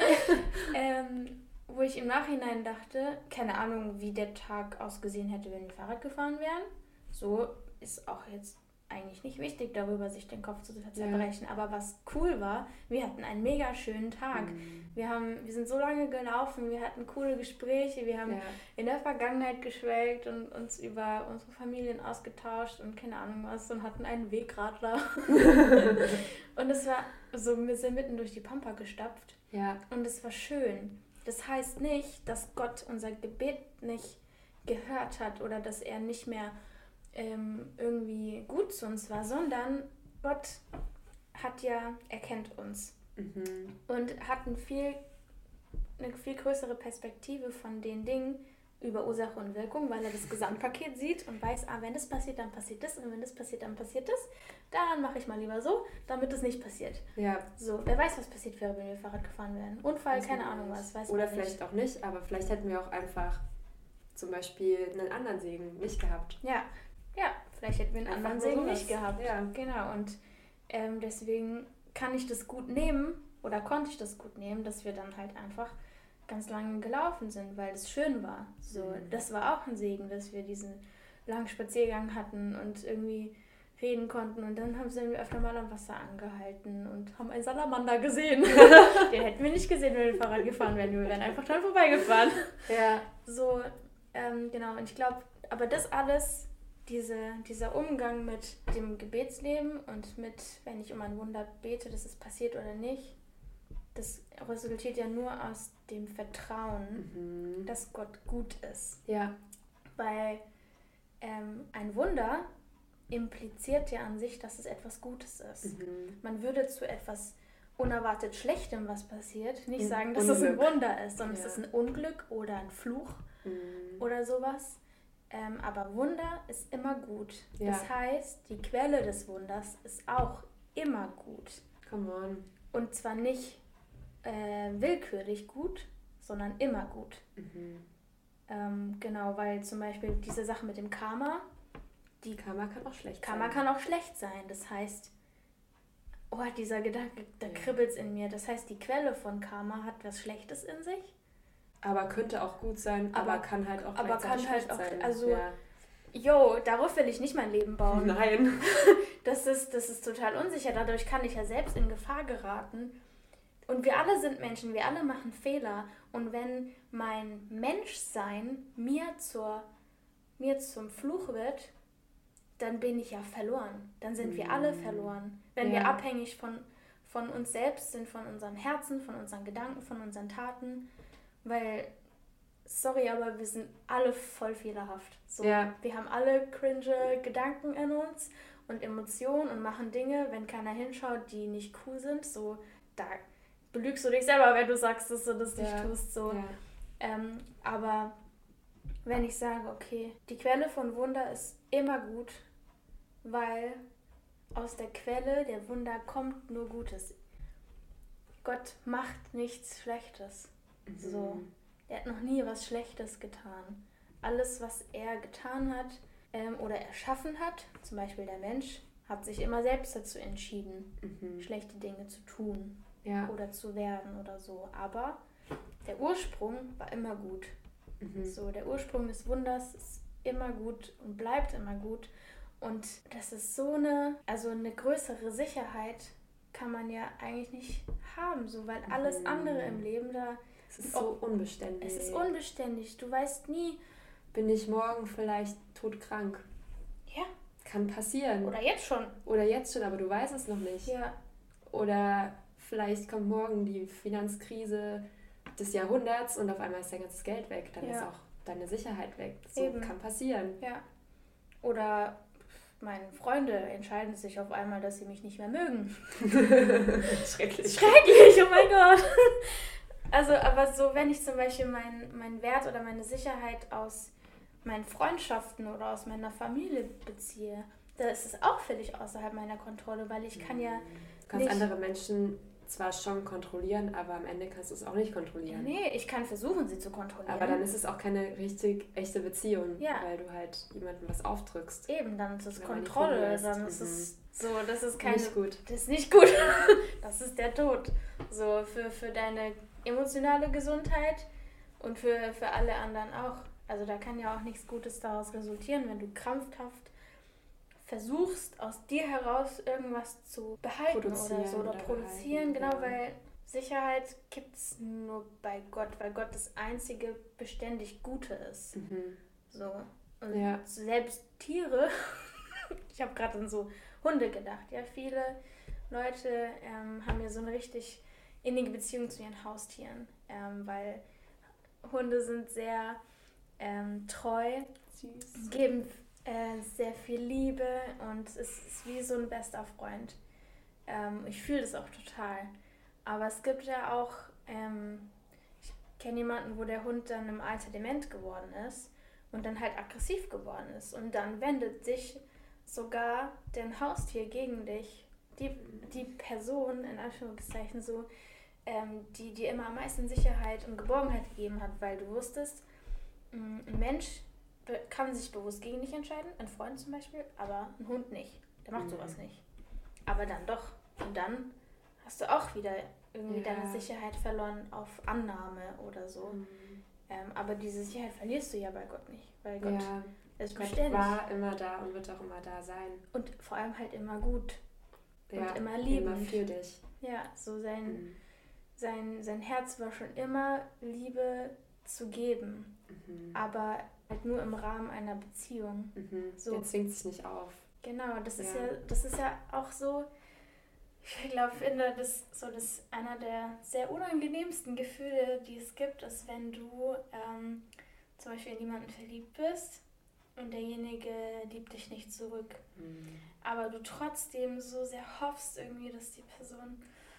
ähm, wo ich im Nachhinein dachte, keine Ahnung, wie der Tag ausgesehen hätte, wenn wir Fahrrad gefahren wären. So ist auch jetzt eigentlich nicht wichtig, darüber sich den Kopf zu zerbrechen. Ja. Aber was cool war, wir hatten einen mega schönen Tag. Mhm. Wir haben, wir sind so lange gelaufen, wir hatten coole Gespräche, wir haben ja. in der Vergangenheit geschwelgt und uns über unsere Familien ausgetauscht und keine Ahnung was und hatten einen Wegradler. Und es war so, wir sind mitten durch die Pampa gestapft. Ja. Und es war schön. Das heißt nicht, dass Gott unser Gebet nicht gehört hat oder dass er nicht mehr ähm, irgendwie gut zu uns war, sondern Gott hat ja, er kennt uns mhm. und hat ein viel, eine viel größere Perspektive von den Dingen über Ursache und Wirkung, weil er das Gesamtpaket sieht und weiß, ah, wenn das passiert, dann passiert das, und wenn das passiert, dann passiert das. Dann mache ich mal lieber so, damit das nicht passiert. Ja. So, wer weiß, was passiert wäre, wenn wir Fahrrad gefahren wären. Unfall, weiß keine Ahnung was. Weiß Oder man vielleicht nicht. auch nicht, aber vielleicht hätten wir auch einfach zum Beispiel einen anderen Segen nicht gehabt. Ja, ja, vielleicht hätten wir einen Einfach anderen nur Segen sowas. nicht gehabt. Ja. Genau, und ähm, deswegen kann ich das gut nehmen, oder konnte ich das gut nehmen, dass wir dann halt einfach ganz lange gelaufen sind, weil es schön war. So, Mhm. das war auch ein Segen, dass wir diesen langen Spaziergang hatten und irgendwie reden konnten. Und dann haben sie öfter mal am Wasser angehalten und haben einen Salamander gesehen. Den hätten wir nicht gesehen, wenn wir Fahrrad gefahren wären. Wir wären einfach dran vorbeigefahren. Ja. So, ähm, genau. Und ich glaube, aber das alles, diese, dieser Umgang mit dem Gebetsleben und mit, wenn ich um ein Wunder bete, dass es passiert oder nicht, das resultiert ja nur aus dem Vertrauen, Mhm. dass Gott gut ist. Ja. Weil ähm, ein Wunder impliziert ja an sich, dass es etwas Gutes ist. Mhm. Man würde zu etwas unerwartet Schlechtem, was passiert, nicht Ein sagen, dass es ein Unglück. Wunder ist, sondern Ja. es ist ein Unglück oder ein Fluch Mhm. oder sowas. Ähm, aber Wunder ist immer gut. Ja. Das heißt, die Quelle des Wunders ist auch immer gut. Come on. Und zwar nicht äh, willkürlich gut, sondern immer gut. Mhm. Ähm, genau, weil zum Beispiel diese Sache mit dem Karma, Die Karma kann auch schlecht Karma sein. kann auch schlecht sein. Das heißt, oh, dieser Gedanke, da Ja. kribbelt's in mir. Das heißt, die Quelle von Karma hat was Schlechtes in sich. Aber könnte auch gut sein, aber, Aber- kann halt auch aber gleichzeitig kann halt schlecht auch- sein. also- ja. Jo, darauf will ich nicht mein Leben bauen. Nein. Das ist, das ist total unsicher. Dadurch kann ich ja selbst in Gefahr geraten. Und wir alle sind Menschen, wir alle machen Fehler. Und wenn mein Menschsein mir, zur, mir zum Fluch wird, dann bin ich ja verloren. Dann sind wir alle verloren. Wenn wir Ja. abhängig von, von uns selbst sind, von unserem Herzen, von unseren Gedanken, von unseren Taten. Weil, sorry, aber wir sind alle voll fehlerhaft. So, Ja. wir haben alle cringe Gedanken in uns und Emotionen und machen Dinge, wenn keiner hinschaut, die nicht cool sind. So, da belügst du dich selber, wenn du sagst, dass du das nicht Ja. tust. So. Ja. Ähm, aber wenn ich sage, okay, die Quelle von Wunder ist immer gut, weil aus der Quelle der Wunder kommt nur Gutes. Gott macht nichts Schlechtes. So. Mhm. Er hat noch nie was Schlechtes getan. Alles, was er getan hat ähm, oder erschaffen hat, zum Beispiel der Mensch, hat sich immer selbst dazu entschieden, Mhm. schlechte Dinge zu tun Ja. oder zu werden oder so. Aber der Ursprung war immer gut. Mhm. So, der Ursprung des Wunders ist immer gut und bleibt immer gut. Und das ist so eine, also eine größere Sicherheit kann man ja eigentlich nicht haben, so, weil alles Mhm. andere im Leben da, Es ist so unbeständig. es ist unbeständig. Du weißt nie, Bin ich morgen vielleicht todkrank? ja, Kann passieren. oder jetzt schon. Oder jetzt schon, aber du weißt es noch nicht. Ja, Oder vielleicht kommt morgen die Finanzkrise des Jahrhunderts und auf einmal ist dein ganzes Geld weg. Dann Ja. ist auch deine Sicherheit weg. So Eben. kann passieren. ja. Oder meine Freunde entscheiden sich auf einmal, dass sie mich nicht mehr mögen. Schrecklich. Schrecklich, oh mein Gott. Also, aber so, wenn ich zum Beispiel meinen mein Wert oder meine Sicherheit aus meinen Freundschaften oder aus meiner Familie beziehe, da ist es auch völlig außerhalb meiner Kontrolle, weil ich kann ja, Du kannst nicht- andere Menschen zwar schon kontrollieren, aber am Ende kannst du es auch nicht kontrollieren. nee, ich kann versuchen, sie zu kontrollieren. Aber dann ist es auch keine richtig echte Beziehung, Ja. weil du halt jemandem was aufdrückst. Eben, dann ist es Wenn man nicht Kontrolle, rumlässt. dann ist Mhm. es so, das ist keine... Nicht gut. Das ist nicht gut. Das ist der Tod. So, für, für deine emotionale Gesundheit und für, für alle anderen auch. Also da kann ja auch nichts Gutes daraus resultieren, wenn du krampfhaft versuchst, aus dir heraus irgendwas zu behalten oder Produzieren so. Oder oder produzieren, behalten, genau, ja. weil Sicherheit gibt es nur bei Gott, weil Gott das einzige beständig Gute ist. Mhm. So. Und Ja. selbst Tiere, ich habe gerade an so Hunde gedacht, ja, viele Leute ähm, haben ja so eine richtig innige Beziehung zu ihren Haustieren, ähm, weil Hunde sind sehr ähm, treu, Süß. geben äh, sehr viel Liebe und es ist wie so ein bester Freund. Ähm, ich fühle das auch total. Aber es gibt ja auch, ähm, ich kenne jemanden, wo der Hund dann im Alter dement geworden ist und dann halt aggressiv geworden ist. Und dann wendet sich sogar dein Haustier gegen dich. Die, die Person, in Anführungszeichen so, ähm, die dir immer am meisten Sicherheit und Geborgenheit gegeben hat, weil du wusstest, mh, ein Mensch kann sich bewusst gegen dich entscheiden, ein Freund zum Beispiel, aber ein Hund nicht. Der macht Mhm. sowas nicht. Aber dann doch. Und dann hast du auch wieder irgendwie Ja. deine Sicherheit verloren auf Annahme oder so. Mhm. Ähm, aber diese Sicherheit verlierst du ja bei Gott nicht. Weil Gott Ja, ist Gott beständig. war immer da und wird auch immer da sein. Und vor allem halt immer gut. Ja, und immer liebend. Immer für dich. Ja, so sein, Mhm. sein, sein Herz war schon immer Liebe zu geben. Mhm. Aber halt nur im Rahmen einer Beziehung. Mhm. So. Er zwingt sich nicht auf. Genau, das ist Ja. ja, das ist ja auch so, ich glaube, finde, das so das einer der sehr unangenehmsten Gefühle, die es gibt, ist, wenn du ähm, zum Beispiel in jemanden verliebt bist und derjenige liebt dich nicht zurück. Mhm. Aber du trotzdem so sehr hoffst irgendwie, dass die Person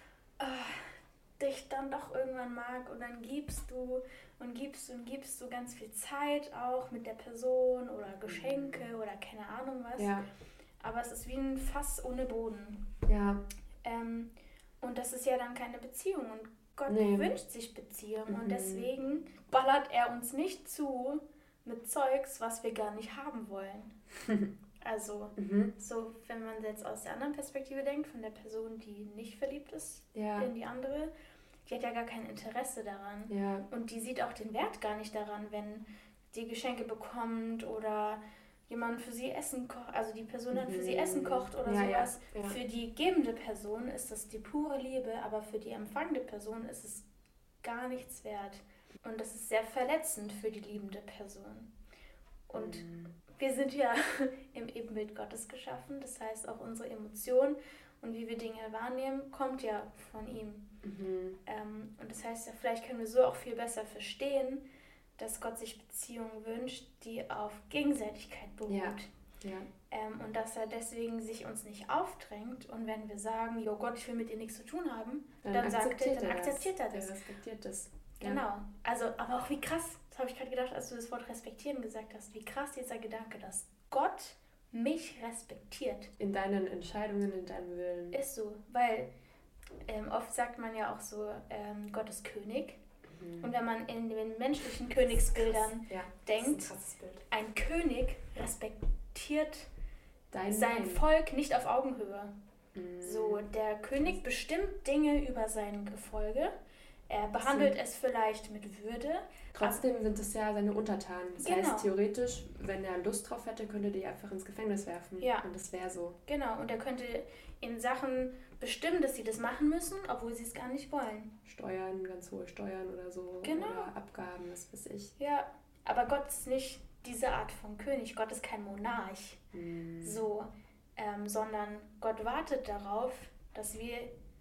äh, dich dann doch irgendwann mag und dann gibst du und gibst und gibst du ganz viel Zeit auch mit der Person oder Geschenke Mhm. oder keine Ahnung was. Ja, Aber es ist wie ein Fass ohne Boden. ja. Ähm, und das ist ja dann keine Beziehung. Und Gott Nee. wünscht sich Beziehung. Mhm. Und deswegen ballert er uns nicht zu mit Zeugs, was wir gar nicht haben wollen. Also, Mhm. so, wenn man jetzt aus der anderen Perspektive denkt, von der Person, die nicht verliebt ist Ja, in die andere, die hat ja gar kein Interesse daran. ja. Und die sieht auch den Wert gar nicht daran, wenn die Geschenke bekommt oder jemand für sie Essen kocht, also die Person dann für sie Mhm. Essen kocht oder Ja, ja, sowas. ja. Für die gebende Person ist das die pure Liebe, aber für die empfangende Person ist es gar nichts wert. Und das ist sehr verletzend für die liebende Person. Und Mhm. wir sind ja im Ebenbild Gottes geschaffen, das heißt auch unsere Emotionen und wie wir Dinge wahrnehmen, kommt ja von ihm. Mhm. Ähm, und das heißt ja, vielleicht können wir so auch viel besser verstehen, dass Gott sich Beziehungen wünscht, die auf Gegenseitigkeit beruht. Ja. Ja. Ähm, und dass er deswegen sich uns nicht aufdrängt. Und wenn wir sagen, jo Gott, ich will mit dir nichts zu tun haben, dann, sagt er, dann akzeptiert er das. Er respektiert das. Ja. Genau. Also, aber auch wie krass, das habe ich gerade gedacht, als du das Wort respektieren gesagt hast, wie krass dieser Gedanke, dass Gott mich respektiert. In deinen Entscheidungen, in deinem Willen. Ist so, weil ähm, oft sagt man ja auch so, ähm, Gott ist König. Mhm. Und wenn man in den menschlichen Königsbildern ja, denkt, das ist ein krasses Bild. ein König respektiert Dein sein Willen. Volk nicht auf Augenhöhe. Mhm. So, der König bestimmt Dinge über sein Gefolge. Er behandelt So. es vielleicht mit Würde. Trotzdem sind es ja seine Untertanen. Das Genau. heißt, theoretisch, wenn er Lust drauf hätte, könnte er die einfach ins Gefängnis werfen. Ja. Und das wäre so. Genau, und er könnte in Sachen bestimmen, dass sie das machen müssen, obwohl sie es gar nicht wollen. Steuern, ganz hohe Steuern oder so. Genau. Oder Abgaben, was weiß ich. Ja, aber Gott ist nicht diese Art von König. Gott ist kein Monarch. Mhm. So, ähm, sondern Gott wartet darauf, dass wir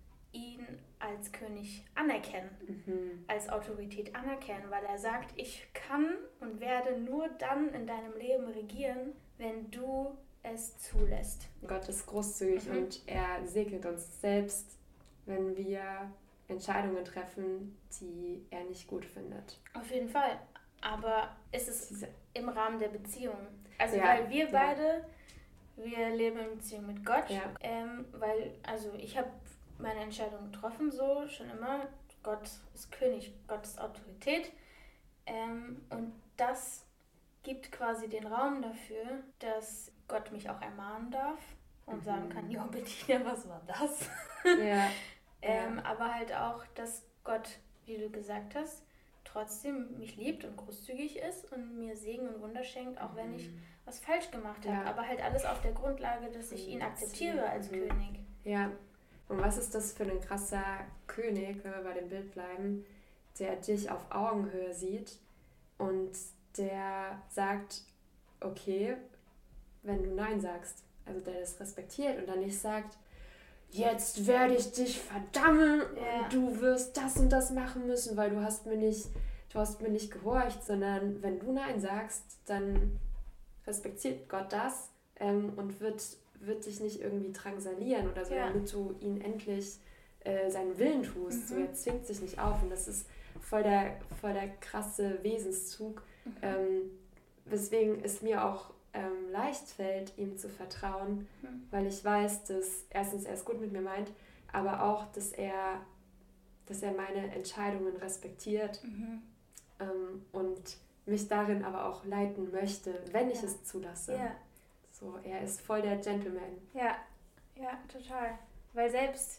ihn als König anerkennen, Mhm. als Autorität anerkennen, weil er sagt, ich kann und werde nur dann in deinem Leben regieren, wenn du es zulässt. Gott ist großzügig Mhm. und er segnet uns selbst, wenn wir Entscheidungen treffen, die er nicht gut findet. Auf jeden Fall. Aber es ist Diese, im Rahmen der Beziehung. Also Ja, weil wir ja. beide, wir leben in Beziehung mit Gott. Ja. Ähm, weil, also ich habe meine Entscheidung getroffen, so schon immer. Gott ist König, Gott ist Autorität. Ähm, und das gibt quasi den Raum dafür, dass Gott mich auch ermahnen darf und Mhm. sagen kann, jo Bettina, was war das? ja. Ähm, aber halt auch, dass Gott, wie du gesagt hast, trotzdem mich liebt und großzügig ist und mir Segen und Wunder schenkt, auch wenn ich was falsch gemacht habe. Ja. Aber halt alles auf der Grundlage, dass ich ihn akzeptiere als Mhm. König. Ja. Und was ist das für ein krasser König, wenn wir bei dem Bild bleiben, der dich auf Augenhöhe sieht und der sagt, okay, wenn du Nein sagst, also der das respektiert und dann nicht sagt, jetzt werde ich dich verdammen Ja. und du wirst das und das machen müssen, weil du hast mir nicht, du hast mir nicht gehorcht, sondern wenn du Nein sagst, dann respektiert Gott das ähm, und wird, wird dich nicht irgendwie drangsalieren oder so, Ja. damit du ihn endlich äh, seinen Willen tust. Mhm. So, er zwingt sich nicht auf und das ist voll der, voll der krasse Wesenszug, Mhm. ähm, weswegen es mir auch ähm, leicht fällt, ihm zu vertrauen, Mhm. weil ich weiß, dass erstens er es gut mit mir meint, aber auch, dass er, dass er meine Entscheidungen respektiert Mhm. ähm, und mich darin aber auch leiten möchte, wenn ich Ja. es zulasse. Ja. So, er ist voll der Gentleman. Ja, ja, total. Weil selbst,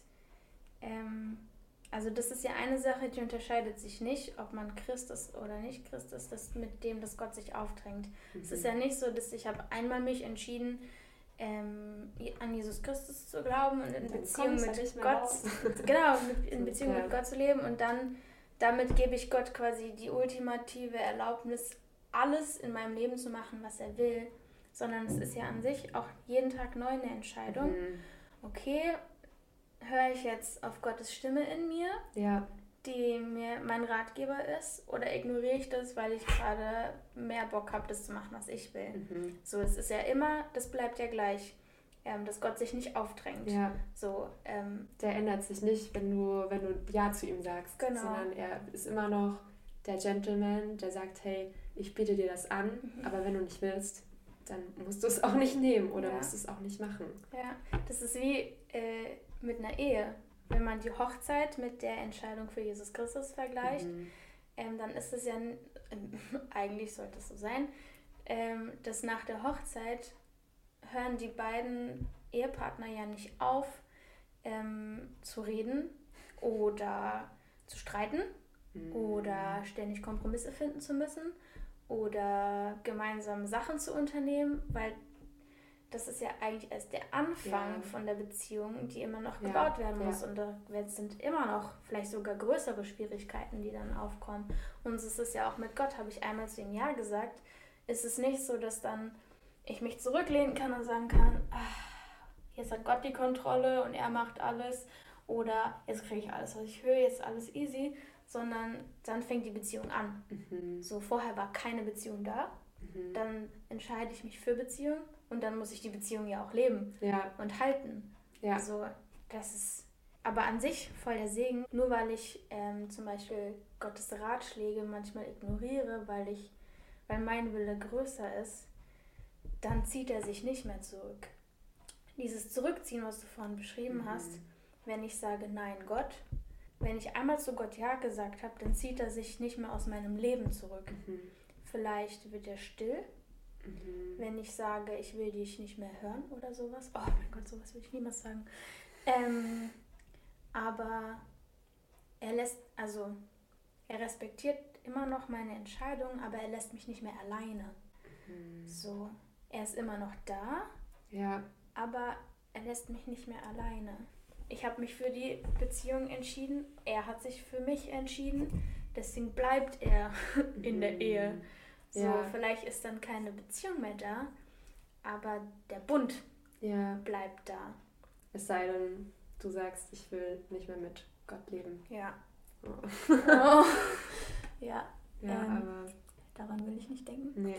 ähm, also das ist ja eine Sache, die unterscheidet sich nicht, ob man Christ ist oder nicht Christ ist, das mit dem, dass Gott sich aufdrängt. Mhm. Es ist ja nicht so, dass ich habe einmal mich entschieden, ähm, an Jesus Christus zu glauben und in Dann Beziehung kommst du mit nicht mehr Gott, raus. genau, mit, in So, Beziehung ja. mit Gott zu leben und dann damit gebe ich Gott quasi die ultimative Erlaubnis, alles in meinem Leben zu machen, was er will, sondern es ist ja an sich auch jeden Tag neu eine Entscheidung. Mhm. Okay, höre ich jetzt auf Gottes Stimme in mir, Ja, die mir mein Ratgeber ist, oder ignoriere ich das, weil ich gerade mehr Bock habe, das zu machen, was ich will. mhm. So, es ist ja immer, das bleibt ja gleich, ähm, dass Gott sich nicht aufdrängt. ja. So, ähm, Der ändert sich nicht, wenn du, wenn du Ja zu ihm sagst, Genau. sondern er ist immer noch der Gentleman, der sagt, hey, ich biete dir das an, Mhm. aber wenn du nicht willst, dann musst du es auch nicht nehmen oder Ja. musst du es auch nicht machen. ja, das ist wie äh, mit einer Ehe. Wenn man die Hochzeit mit der Entscheidung für Jesus Christus vergleicht, Mhm. ähm, dann ist es ja, n- eigentlich sollte es so sein, ähm, dass nach der Hochzeit hören die beiden Ehepartner ja nicht auf, ähm, zu reden oder zu streiten Mhm. oder ständig Kompromisse finden zu müssen oder gemeinsam Sachen zu unternehmen, weil das ist ja eigentlich erst der Anfang Ja. von der Beziehung, die immer noch Ja, gebaut werden muss. ja. Und da sind immer noch vielleicht sogar größere Schwierigkeiten, die dann aufkommen. Und es ist ja auch mit Gott, habe ich einmal zu ihm Ja gesagt, ist es nicht so, dass dann ich mich zurücklehnen kann und sagen kann, ah, jetzt hat Gott die Kontrolle und er macht alles oder jetzt kriege ich alles, was ich will, jetzt ist alles easy, sondern dann fängt die Beziehung an. Mhm. So, vorher war keine Beziehung da, Mhm. dann entscheide ich mich für Beziehung und dann muss ich die Beziehung ja auch leben Ja, und halten. ja. Also das ist aber an sich voll der Segen, nur weil ich ähm, zum Beispiel Gottes Ratschläge manchmal ignoriere, weil ich, weil mein Wille größer ist, dann zieht er sich nicht mehr zurück. Dieses Zurückziehen, was du vorhin beschrieben Mhm. hast, wenn ich sage Nein Gott, wenn ich einmal zu Gott Ja gesagt habe, dann zieht er sich nicht mehr aus meinem Leben zurück. Mhm. Vielleicht wird er still, Mhm. wenn ich sage, ich will dich nicht mehr hören oder sowas. Oh mein Gott, sowas will ich niemals sagen. Ähm, aber er lässt, also er respektiert immer noch meine Entscheidung, aber er lässt mich nicht mehr alleine. Mhm. So, er ist immer noch da, Ja, aber er lässt mich nicht mehr alleine. Ich habe mich für die Beziehung entschieden, er hat sich für mich entschieden, deswegen bleibt er in der Mhm. Ehe. So, Ja. vielleicht ist dann keine Beziehung mehr da, aber der Bund ja. bleibt da. Es sei denn, du sagst, ich will nicht mehr mit Gott leben. Ja. Oh. Oh. Ja, Ja, Ähm. aber daran will ich nicht denken. nee.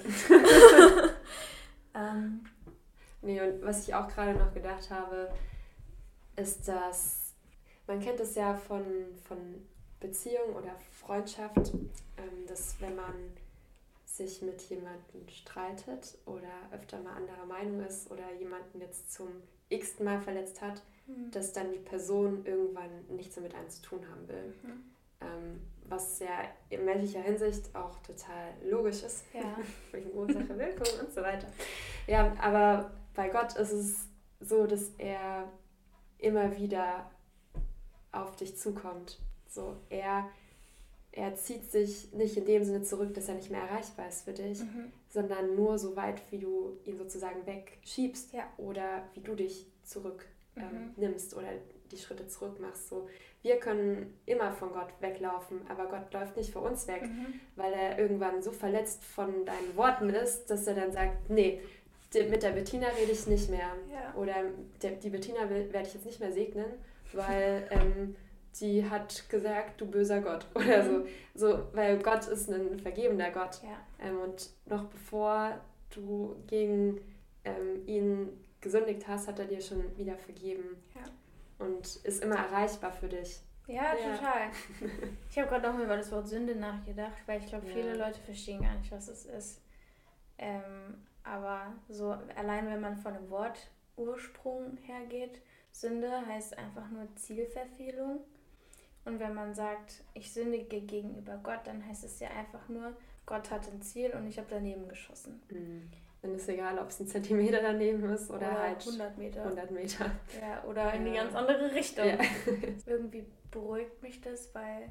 Ähm, Nee, und was ich auch gerade noch gedacht habe, ist, dass man kennt es ja von, von Beziehung oder Freundschaft, ähm, dass wenn man sich mit jemandem streitet oder öfter mal anderer Meinung ist oder jemanden jetzt zum x-ten Mal verletzt hat, hm. dass dann die Person irgendwann nichts mehr mit einem zu tun haben will. Mhm. Ähm, was ja in menschlicher Hinsicht auch total logisch ist. Ja. Wegen Ursache, Wirkung und so weiter. Ja, aber bei Gott ist es so, dass er immer wieder auf dich zukommt. So, er, er zieht sich nicht in dem Sinne zurück, dass er nicht mehr erreichbar ist für dich, Mhm. sondern nur so weit, wie du ihn sozusagen wegschiebst Ja. oder wie du dich zurück ähm, Mhm. nimmst oder die Schritte zurück machst. So, wir können immer von Gott weglaufen, aber Gott läuft nicht vor uns weg, Mhm. weil er irgendwann so verletzt von deinen Worten ist, dass er dann sagt, nee, die, mit der Bettina rede ich nicht mehr. Ja. Oder der, die Bettina will, werde ich jetzt nicht mehr segnen, weil ähm, die hat gesagt, du böser Gott. Oder so. so. Weil Gott ist ein vergebender Gott. Ja. Ähm, und noch bevor du gegen ähm, ihn gesündigt hast, hat er dir schon wieder vergeben. Ja. Und ist immer erreichbar für dich. Ja, Ja. total. Ich habe gerade noch mal über das Wort Sünde nachgedacht, weil ich glaube, Ja. viele Leute verstehen gar nicht, was es ist. Ähm, aber so allein wenn man von dem Wortursprung hergeht, Sünde heißt einfach nur Zielverfehlung. Und wenn man sagt, ich sündige gegenüber Gott, dann heißt es ja einfach nur, Gott hat ein Ziel und ich habe daneben geschossen. Mhm. Dann ist egal, ob es ein Zentimeter daneben ist oder, oder halt hundert Meter. hundert Meter. Ja, oder in ja. die ganz andere Richtung. Ja. Irgendwie beruhigt mich das, weil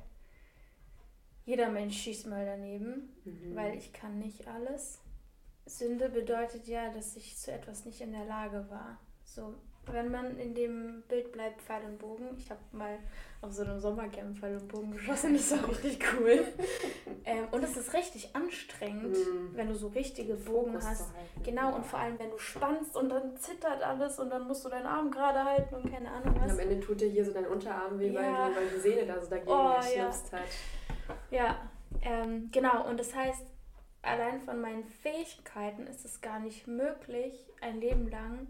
jeder Mensch schießt mal daneben, mhm. weil ich kann nicht alles. Sünde bedeutet ja, dass ich zu etwas nicht in der Lage war. So, wenn man in dem Bild bleibt, Pfeil und Bogen. Ich habe mal auf so einem Sommercamp Pfeil und Bogen geschossen, das war richtig cool. ähm, und es ist richtig anstrengend, mm. wenn du so richtige Bogen Fokus hast. Genau, ja. Und vor allem, wenn du spannst und dann zittert alles und dann musst du deinen Arm gerade halten und keine Ahnung was. Und am Ende tut dir hier so dein Unterarm weh, ja. weil, du, weil die Sehne da so dagegen oh, geschnipst ja. hat. Ja, ähm, genau. Und das heißt, allein von meinen Fähigkeiten ist es gar nicht möglich, ein Leben lang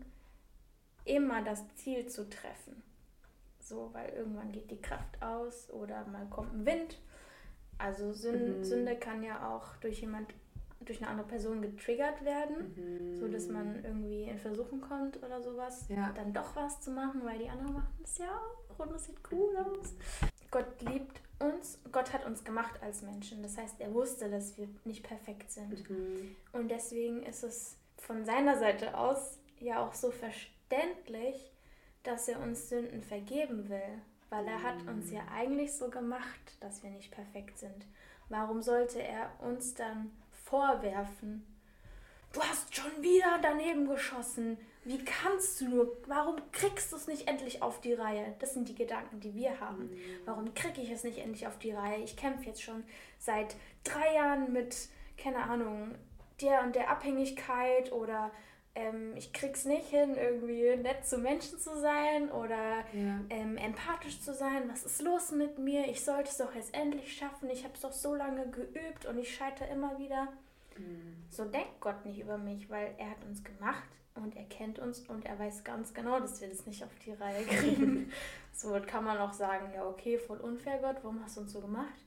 immer das Ziel zu treffen. So, weil irgendwann geht die Kraft aus oder mal kommt ein Wind. Also Sünde, mhm. Sünde kann ja auch durch jemand, durch eine andere Person getriggert werden, mhm. so dass man irgendwie in Versuchung kommt oder sowas, ja. dann doch was zu machen, weil die anderen machen es ja auch und es sieht cool aus. Gott liebt uns, Gott hat uns gemacht als Menschen. Das heißt, er wusste, dass wir nicht perfekt sind. Mhm. Und deswegen ist es von seiner Seite aus ja auch so verständlich, dass er uns Sünden vergeben will. Weil er hat uns ja eigentlich so gemacht, dass wir nicht perfekt sind. Warum sollte er uns dann vorwerfen, du hast schon wieder daneben geschossen, wie kannst du nur, warum kriegst du es nicht endlich auf die Reihe? Das sind die Gedanken, die wir haben. Warum kriege ich es nicht endlich auf die Reihe? Ich kämpfe jetzt schon seit drei Jahren mit, keine Ahnung, der und der Abhängigkeit oder ähm, ich krieg's nicht hin, irgendwie nett zu Menschen zu sein oder ja. ähm, empathisch zu sein. Was ist los mit mir? Ich sollte es doch jetzt endlich schaffen. Ich habe es doch so lange geübt und ich scheitere immer wieder. Mhm. So denkt Gott nicht über mich, weil er hat uns gemacht und er kennt uns und er weiß ganz genau, dass wir das nicht auf die Reihe kriegen. So kann man auch sagen, ja okay, voll unfair Gott, warum hast du uns so gemacht?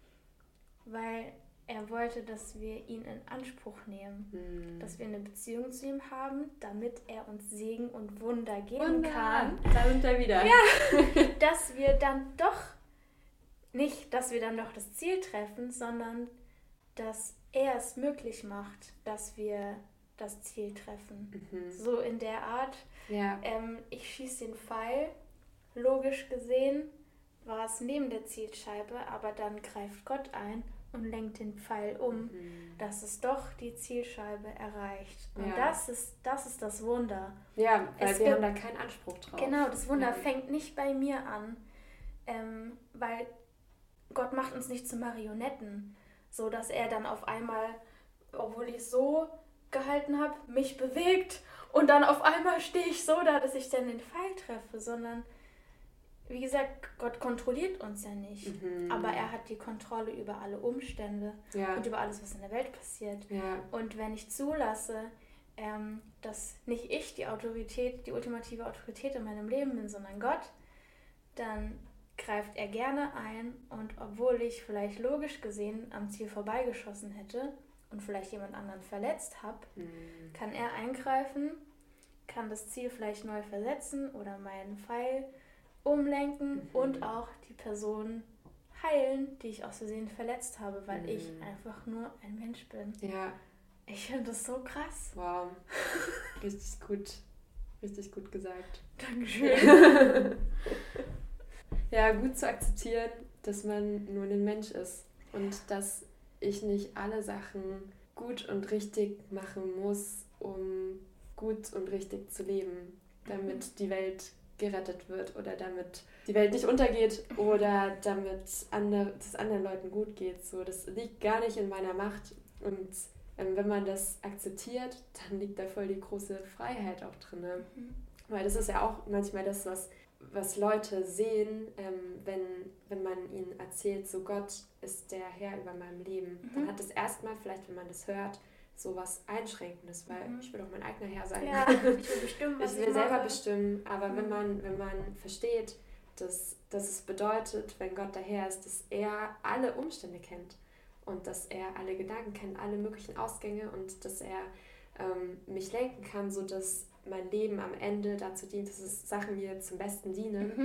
Weil er wollte, dass wir ihn in Anspruch nehmen, mhm. dass wir eine Beziehung zu ihm haben, damit er uns Segen und Wunder geben Wunder. kann. Da sind wir wieder. Ja, dass wir dann doch, nicht, dass wir dann doch das Ziel treffen, sondern dass er es möglich macht, dass wir das Ziel treffen. Mhm. So in der Art. Ja. Ähm, ich schieße den Pfeil. Logisch gesehen war es neben der Zielscheibe, aber dann greift Gott ein und lenkt den Pfeil um, mhm. dass es doch die Zielscheibe erreicht. Und ja. das ist, das ist das Wunder. Ja, weil es wir gibt, haben da keinen Anspruch drauf. Genau, das Wunder mhm. fängt nicht bei mir an, ähm, weil Gott macht uns nicht zu Marionetten, so dass er dann auf einmal, obwohl ich so gehalten habe, mich bewegt und dann auf einmal stehe ich so da, dass ich dann den Pfeil treffe, sondern wie gesagt, Gott kontrolliert uns ja nicht, mhm. aber er hat die Kontrolle über alle Umstände ja. und über alles, was in der Welt passiert. Ja. Und wenn ich zulasse, ähm, dass nicht ich die Autorität, die ultimative Autorität in meinem Leben bin, sondern Gott, dann greift er gerne ein und obwohl ich vielleicht logisch gesehen am Ziel vorbeigeschossen hätte und vielleicht jemand anderen verletzt habe, mhm. kann er eingreifen, kann das Ziel vielleicht neu versetzen oder meinen Pfeil umlenken mhm. und auch die Person heilen, die ich aus Versehen verletzt habe, weil mhm. ich einfach nur ein Mensch bin. Ja. Ich finde das so krass. Wow. Richtig gut. Richtig gut gesagt. Dankeschön. Ja, gut zu akzeptieren, dass man nur ein Mensch ist und dass ich nicht alle Sachen gut und richtig machen muss, um gut und richtig zu leben, damit mhm. die Welt gerettet wird oder damit die Welt nicht untergeht oder damit andere, es anderen Leuten gut geht. So, das liegt gar nicht in meiner Macht und ähm, wenn man das akzeptiert, dann liegt da voll die große Freiheit auch drin. Mhm. Weil das ist ja auch manchmal das, was, was Leute sehen, ähm, wenn, wenn man ihnen erzählt, so Gott ist der Herr über meinem Leben. Mhm. Dann hat es erstmal vielleicht, wenn man das hört, so was Einschränkendes, weil mhm. ich will doch mein eigener Herr sein. Ja, ich will bestimmen, was ich will ich selber mache. bestimmen, aber mhm. wenn man, wenn man versteht, dass, dass es bedeutet, wenn Gott der Herr ist, dass er alle Umstände kennt und dass er alle Gedanken kennt, alle möglichen Ausgänge und dass er ähm, mich lenken kann, sodass mein Leben am Ende dazu dient, dass es Sachen mir zum Besten dienen, mhm.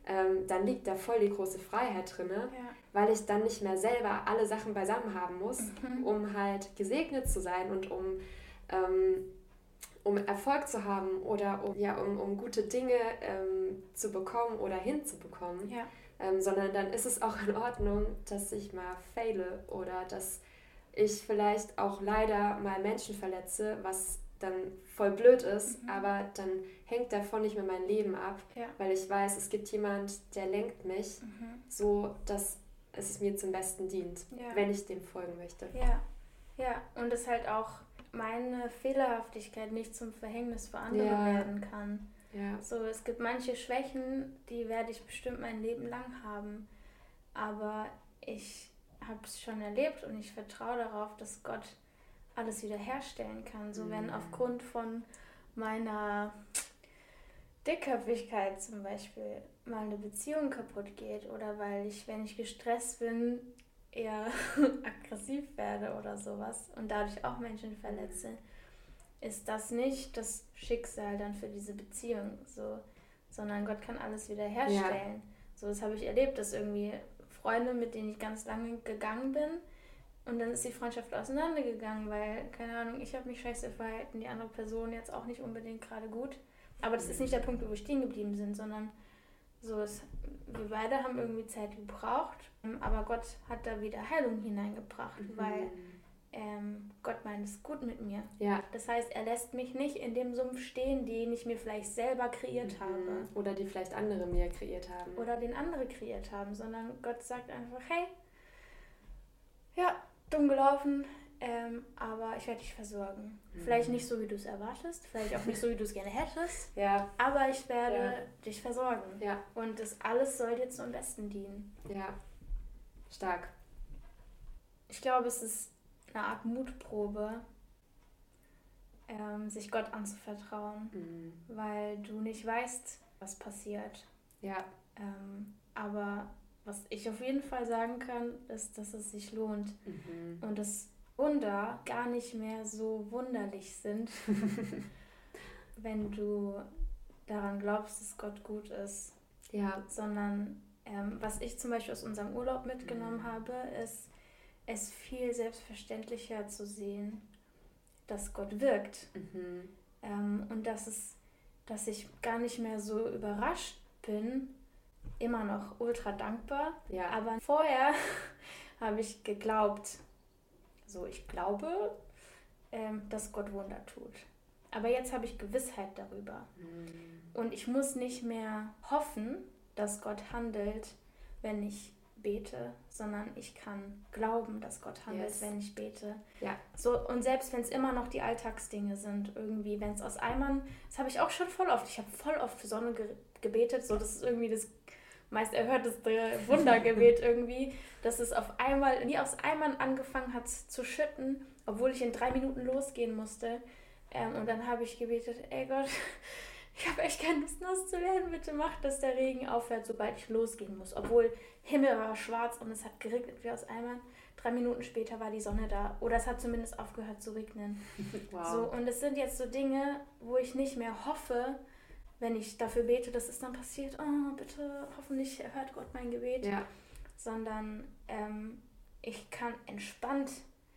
ähm, dann liegt da voll die große Freiheit drin, Ja. weil ich dann nicht mehr selber alle Sachen beisammen haben muss, Mhm. um halt gesegnet zu sein und um, ähm, um Erfolg zu haben oder um, ja, um, um gute Dinge ähm, zu bekommen oder hinzubekommen. Ja. Ähm, sondern dann ist es auch in Ordnung, dass ich mal faile oder dass ich vielleicht auch leider mal Menschen verletze, was dann voll blöd ist, Mhm. aber dann hängt davon nicht mehr mein Leben ab, Ja. weil ich weiß, es gibt jemand, der lenkt mich Mhm. so, dass es mir zum Besten dient, Ja. wenn ich dem folgen möchte. Ja, ja. Und es halt auch meine Fehlerhaftigkeit nicht zum Verhängnis für andere Ja. werden kann. Ja. So, es gibt manche Schwächen, die werde ich bestimmt mein Leben lang haben. Aber ich habe es schon erlebt und ich vertraue darauf, dass Gott alles wiederherstellen kann. So, wenn Mhm. aufgrund von meiner Dickköpfigkeit zum Beispiel mal eine Beziehung kaputt geht oder weil ich, wenn ich gestresst bin, eher aggressiv werde oder sowas und dadurch auch Menschen verletze, ist das nicht das Schicksal dann für diese Beziehung, so, sondern Gott kann alles wiederherstellen. Ja. So, das habe ich erlebt, dass irgendwie Freunde, mit denen ich ganz lange gegangen bin, und dann ist die Freundschaft auseinandergegangen, weil, keine Ahnung, ich habe mich scheiße verhalten, die andere Person jetzt auch nicht unbedingt gerade gut. Aber das ist nicht der Punkt, wo wir stehen geblieben sind, sondern so ist, wir beide haben irgendwie Zeit gebraucht, aber Gott hat da wieder Heilung hineingebracht, mhm. weil ähm, Gott meint es gut mit mir. Ja. Das heißt, er lässt mich nicht in dem Sumpf stehen, den ich mir vielleicht selber kreiert mhm. habe. Oder die vielleicht andere mir kreiert haben. Oder den andere kreiert haben, sondern Gott sagt einfach, hey, ja, dumm gelaufen, ähm, aber ich werde dich versorgen. Mhm. Vielleicht nicht so, wie du es erwartest, vielleicht auch nicht so, wie du es gerne hättest, ja. aber ich werde ja. dich versorgen. Ja. Und das alles soll dir zum Besten dienen. Ja, stark. Ich glaube, es ist eine Art Mutprobe, ähm, sich Gott anzuvertrauen, mhm. weil du nicht weißt, was passiert. Ja. Ähm, aber was ich auf jeden Fall sagen kann, ist, dass es sich lohnt. Mhm. Und dass Wunder gar nicht mehr so wunderlich sind, wenn du daran glaubst, dass Gott gut ist. Ja. Sondern ähm, was ich zum Beispiel aus unserem Urlaub mitgenommen mhm. habe, ist, es viel selbstverständlicher zu sehen, dass Gott wirkt. Mhm. Ähm, und dass, es, dass ich gar nicht mehr so überrascht bin, immer noch ultra dankbar, ja. aber vorher habe ich geglaubt, so ich glaube, ähm, dass Gott Wunder tut. Aber jetzt habe ich Gewissheit darüber. Mhm. Und ich muss nicht mehr hoffen, dass Gott handelt, wenn ich bete, sondern ich kann glauben, dass Gott handelt, yes. wenn ich bete. Ja. So, und selbst wenn es immer noch die Alltagsdinge sind, irgendwie, wenn es aus Eimern, das habe ich auch schon voll oft, ich habe voll oft für Sonne ge- gebetet, so das ist irgendwie das meist erhörteste Wundergebet irgendwie, dass es auf einmal nie aus Eimern angefangen hat zu schütten, obwohl ich in drei Minuten losgehen musste. Ähm, und dann habe ich gebetet, ey Gott, ich habe echt keine Lust, nass zu werden. Bitte mach, dass der Regen aufhört, sobald ich losgehen muss. Obwohl Himmel war schwarz und es hat geregnet wie aus Eimern. Drei Minuten später war die Sonne da. Oder es hat zumindest aufgehört zu regnen. Wow. So, und es sind jetzt so Dinge, wo ich nicht mehr hoffe, wenn ich dafür bete, dass es dann passiert, oh, bitte, hoffentlich erhört Gott mein Gebet, ja. sondern ähm, ich kann entspannt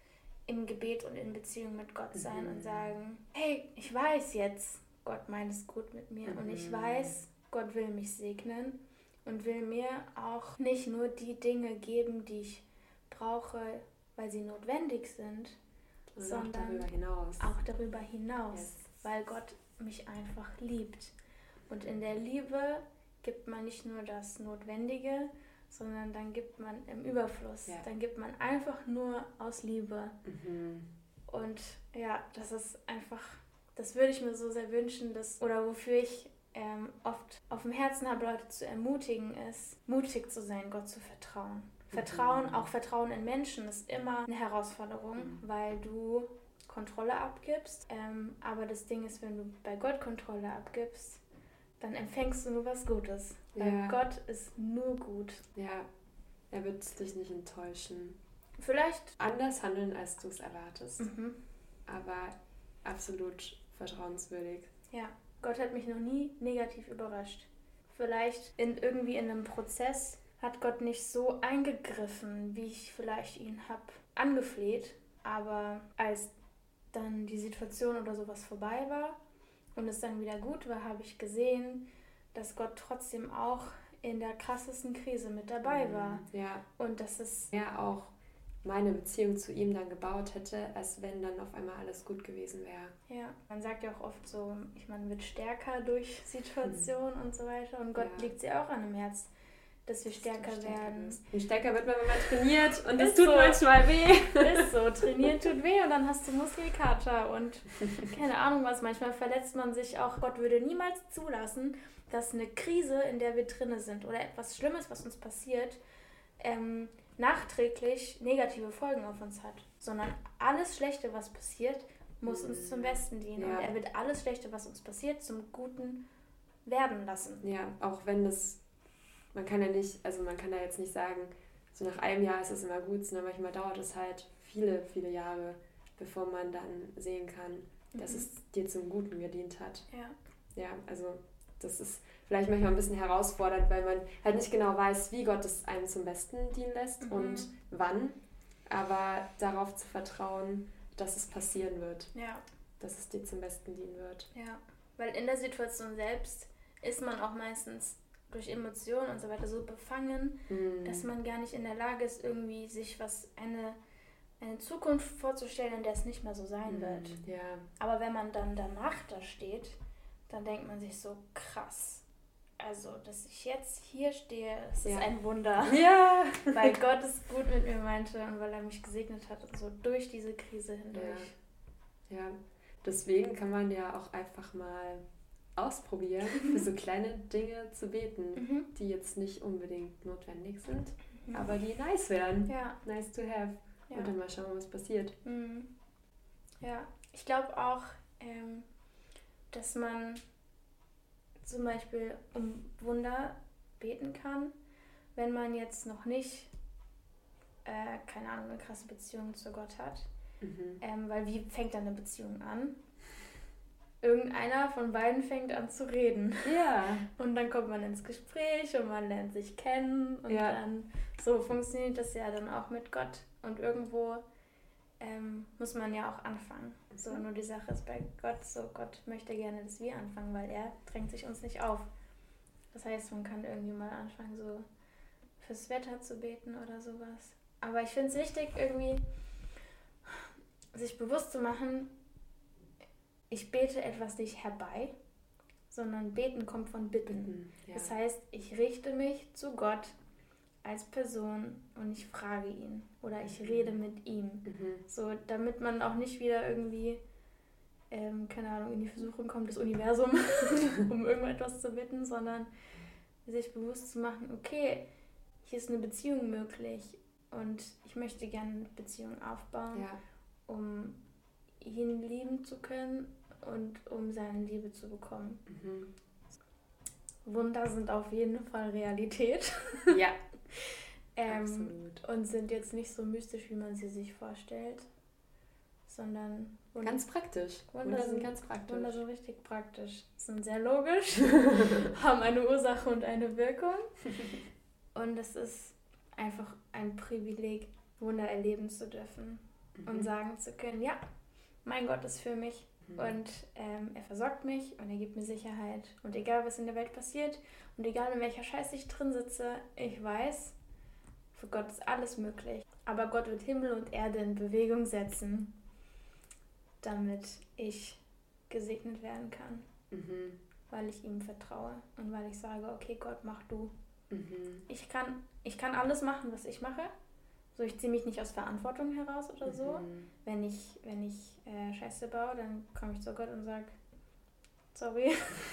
im Gebet und in Beziehung mit Gott sein mhm. und sagen, hey, ich weiß jetzt, Gott meint es gut mit mir mhm. und ich weiß, Gott will mich segnen und will mir auch nicht nur die Dinge geben, die ich brauche, weil sie notwendig sind, und sondern auch darüber hinaus, auch darüber hinaus yes. weil Gott mich einfach liebt. Und in der Liebe gibt man nicht nur das Notwendige, sondern dann gibt man im Überfluss. Ja. Dann gibt man einfach nur aus Liebe. Mhm. Und ja, das ist einfach, das würde ich mir so sehr wünschen, dass, oder wofür ich ähm, oft auf dem Herzen habe, Leute zu ermutigen, ist, mutig zu sein, Gott zu vertrauen. Vertrauen, mhm. auch Vertrauen in Menschen ist immer eine Herausforderung, mhm. weil du Kontrolle abgibst. Ähm, aber das Ding ist, wenn du bei Gott Kontrolle abgibst, dann empfängst du nur was Gutes. Weil ja. Gott ist nur gut. Ja, er wird dich nicht enttäuschen. Vielleicht anders handeln, als du es erwartest. Mhm. Aber absolut vertrauenswürdig. Ja, Gott hat mich noch nie negativ überrascht. vielleicht in irgendwie in einem Prozess hat Gott nicht so eingegriffen, wie ich vielleicht ihn habe angefleht. Aber als dann die Situation oder sowas vorbei war und es dann wieder gut war, habe ich gesehen, dass Gott trotzdem auch in der krassesten Krise mit dabei war. Ja. Und dass es ja auch meine Beziehung zu ihm dann gebaut hätte, als wenn dann auf einmal alles gut gewesen wäre. Ja, man sagt ja auch oft so, ich meine, man wird stärker durch Situationen hm. und so weiter. Und Gott ja. liegt sie auch an dem Herz, dass wir stärker, stärker werden. Bist. Und stärker wird man, wenn man trainiert und es tut so. manchmal weh. Ist so, trainieren tut weh und dann hast du Muskelkater und keine Ahnung was. Manchmal verletzt man sich auch. Gott würde niemals zulassen, dass eine Krise, in der wir drinne sind oder etwas Schlimmes, was uns passiert, ähm, nachträglich negative Folgen auf uns hat. Sondern alles Schlechte, was passiert, muss uns zum Besten dienen. Ja. Und er wird alles Schlechte, was uns passiert, zum Guten werden lassen. Ja, auch wenn das, man kann ja nicht, also man kann da jetzt nicht sagen, so nach einem Jahr ist es immer gut, sondern manchmal dauert es halt viele, viele Jahre, bevor man dann sehen kann, dass mhm. es dir zum Guten gedient hat. Ja. Ja, also das ist vielleicht manchmal ein bisschen herausfordernd, weil man halt nicht genau weiß, wie Gott es einem zum Besten dienen lässt mhm. und wann, aber darauf zu vertrauen, dass es passieren wird. Ja. Dass es dir zum Besten dienen wird. Ja, weil in der Situation selbst ist man auch meistens durch Emotionen und so weiter so befangen, mhm. dass man gar nicht in der Lage ist, irgendwie sich was, eine, eine Zukunft vorzustellen, in der es nicht mehr so sein mhm. wird. Ja. Aber wenn man dann danach da steht, dann denkt man sich so, krass, also, dass ich jetzt hier stehe, das ja. ist ein Wunder. Ja. Weil Gott es gut mit mir meinte und weil er mich gesegnet hat und so durch diese Krise hindurch. Ja, ja. Deswegen kann man ja auch einfach mal ausprobieren, für so kleine Dinge zu beten, mhm. die jetzt nicht unbedingt notwendig sind, mhm. aber die nice wären. Ja. Nice to have. Ja. Und dann mal schauen, was passiert. Mhm. Ja, ich glaube auch, ähm, dass man zum Beispiel um Wunder beten kann, wenn man jetzt noch nicht, äh, keine Ahnung, eine krasse Beziehung zu Gott hat. Mhm. Ähm, weil wie fängt dann eine Beziehung an? Irgendeiner von beiden fängt an zu reden. Ja. Und dann kommt man ins Gespräch und man lernt sich kennen und ja. dann so funktioniert das ja dann auch mit Gott. Und irgendwo ähm, muss man ja auch anfangen. So, nur die Sache ist bei Gott so, Gott möchte gerne, dass wir anfangen, weil er drängt sich uns nicht auf. Das heißt, man kann irgendwie mal anfangen, so fürs Wetter zu beten oder sowas. Aber ich finde es wichtig, irgendwie sich bewusst zu machen, ich bete etwas nicht herbei, sondern beten kommt von bitten. Mhm, ja. Das heißt, ich richte mich zu Gott als Person und ich frage ihn oder ich rede mit ihm. Mhm. So, damit man auch nicht wieder irgendwie, ähm, keine Ahnung, in die Versuchung kommt, das Universum, um irgendetwas zu bitten, sondern sich bewusst zu machen, okay, hier ist eine Beziehung möglich und ich möchte gerne eine Beziehung aufbauen, ja. um ihn lieben zu können und um seine Liebe zu bekommen. Mhm. Wunder sind auf jeden Fall Realität. Ja. ähm, Absolut. Und sind jetzt nicht so mystisch, wie man sie sich vorstellt, sondern Wunder, ganz praktisch. Wunder, Wunder sind ganz praktisch. Wunder sind richtig praktisch. Sind sehr logisch, haben eine Ursache und eine Wirkung. Und es ist einfach ein Privileg, Wunder erleben zu dürfen mhm. und sagen zu können, ja, mein Gott ist für mich mhm. und ähm, er versorgt mich und er gibt mir Sicherheit. Und egal, was in der Welt passiert und egal, in welcher Scheiße ich drin sitze, ich weiß, für Gott ist alles möglich. Aber Gott wird Himmel und Erde in Bewegung setzen, damit ich gesegnet werden kann. Mhm. Weil ich ihm vertraue und weil ich sage, okay, Gott, mach du. Mhm. Ich kann, ich kann alles machen, was ich mache. So, ich ziehe mich nicht aus Verantwortung heraus oder so. Mhm. Wenn ich, wenn ich äh, Scheiße baue, dann komme ich zu Gott und sage, sorry.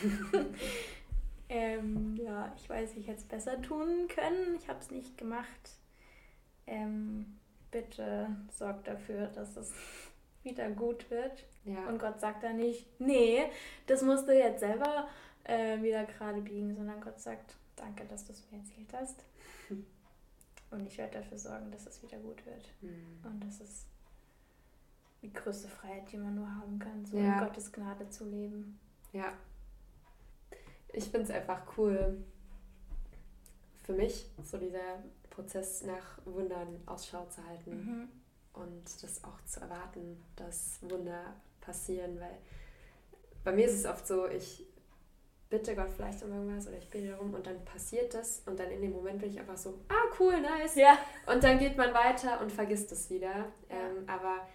ähm, ja, ich weiß, ich hätte es besser tun können. Ich habe es nicht gemacht. Ähm, bitte sorg dafür, dass es wieder gut wird. Ja. Und Gott sagt dann nicht, nee, das musst du jetzt selber äh, wieder gerade biegen, sondern Gott sagt, danke, dass du es mir erzählt hast. Und ich werde dafür sorgen, dass es wieder gut wird. Mhm. Und das ist die größte Freiheit, die man nur haben kann, so ja. in Gottes Gnade zu leben. Ja. Ich finde es einfach cool, für mich so dieser Prozess nach Wundern Ausschau zu halten Mhm. und das auch zu erwarten, dass Wunder passieren, weil bei mir ist es oft so, ich bitte Gott vielleicht um irgendwas oder ich bete darum und dann passiert das und dann in dem Moment bin ich einfach so, ah cool, nice. Ja. Und dann geht man weiter und vergisst es wieder. Ja. Ähm, aber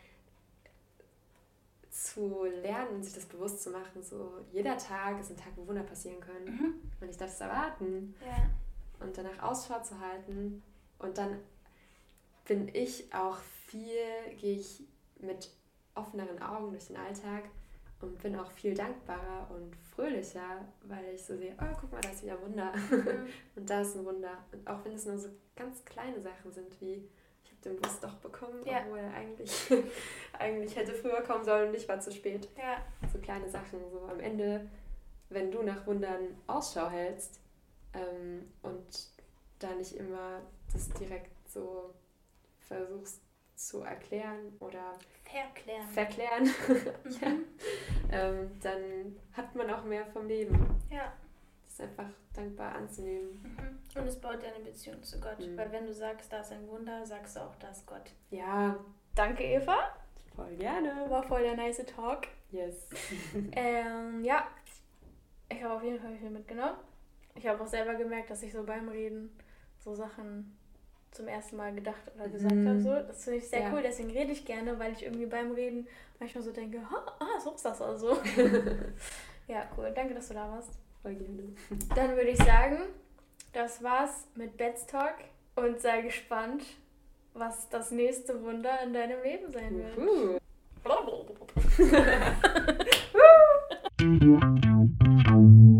zu lernen und sich das bewusst zu machen, so jeder Tag ist ein Tag, wo Wunder passieren können Mhm. und ich darf es erwarten Ja. und danach Ausschau zu halten und dann bin ich auch viel, gehe ich mit offeneren Augen durch den Alltag und bin auch viel dankbarer und fröhlicher, weil ich so sehe, oh, guck mal, da ist wieder ein Wunder Mhm. und da ist ein Wunder. Und auch wenn es nur so ganz kleine Sachen sind, wie ich habe den Bus doch bekommen, Ja. obwohl er eigentlich, eigentlich hätte früher kommen sollen und ich war zu spät. Ja. So kleine Sachen, so am Ende, wenn du nach Wundern Ausschau hältst ähm, und da nicht immer das direkt so versuchst zu erklären oder Verklären. verklären, ja, Mhm. ähm, dann hat man auch mehr vom Leben. Ja. Das ist einfach dankbar anzunehmen. Mhm. Und es baut deine Beziehung zu Gott. Mhm. Weil wenn du sagst, da ist ein Wunder, sagst du auch, da ist Gott. Ja, Danke, Eva. voll gerne. War voll der nice Talk. Yes. Ähm, ja. Ich habe auf jeden Fall viel mitgenommen. Ich habe auch selber gemerkt, dass ich so beim Reden so Sachen zum ersten Mal gedacht oder gesagt Mhm. habe. So. Das finde ich sehr Ja. cool, deswegen rede ich gerne, weil ich irgendwie beim Reden manchmal so denke, "Ha, ah, so ist das also. Ja, cool. Danke, dass du da warst. Voll gerne. Dann würde ich sagen, das war's mit Bets Talk und sei gespannt, was das nächste Wunder in deinem Leben sein wird. Uhu. Blablabla.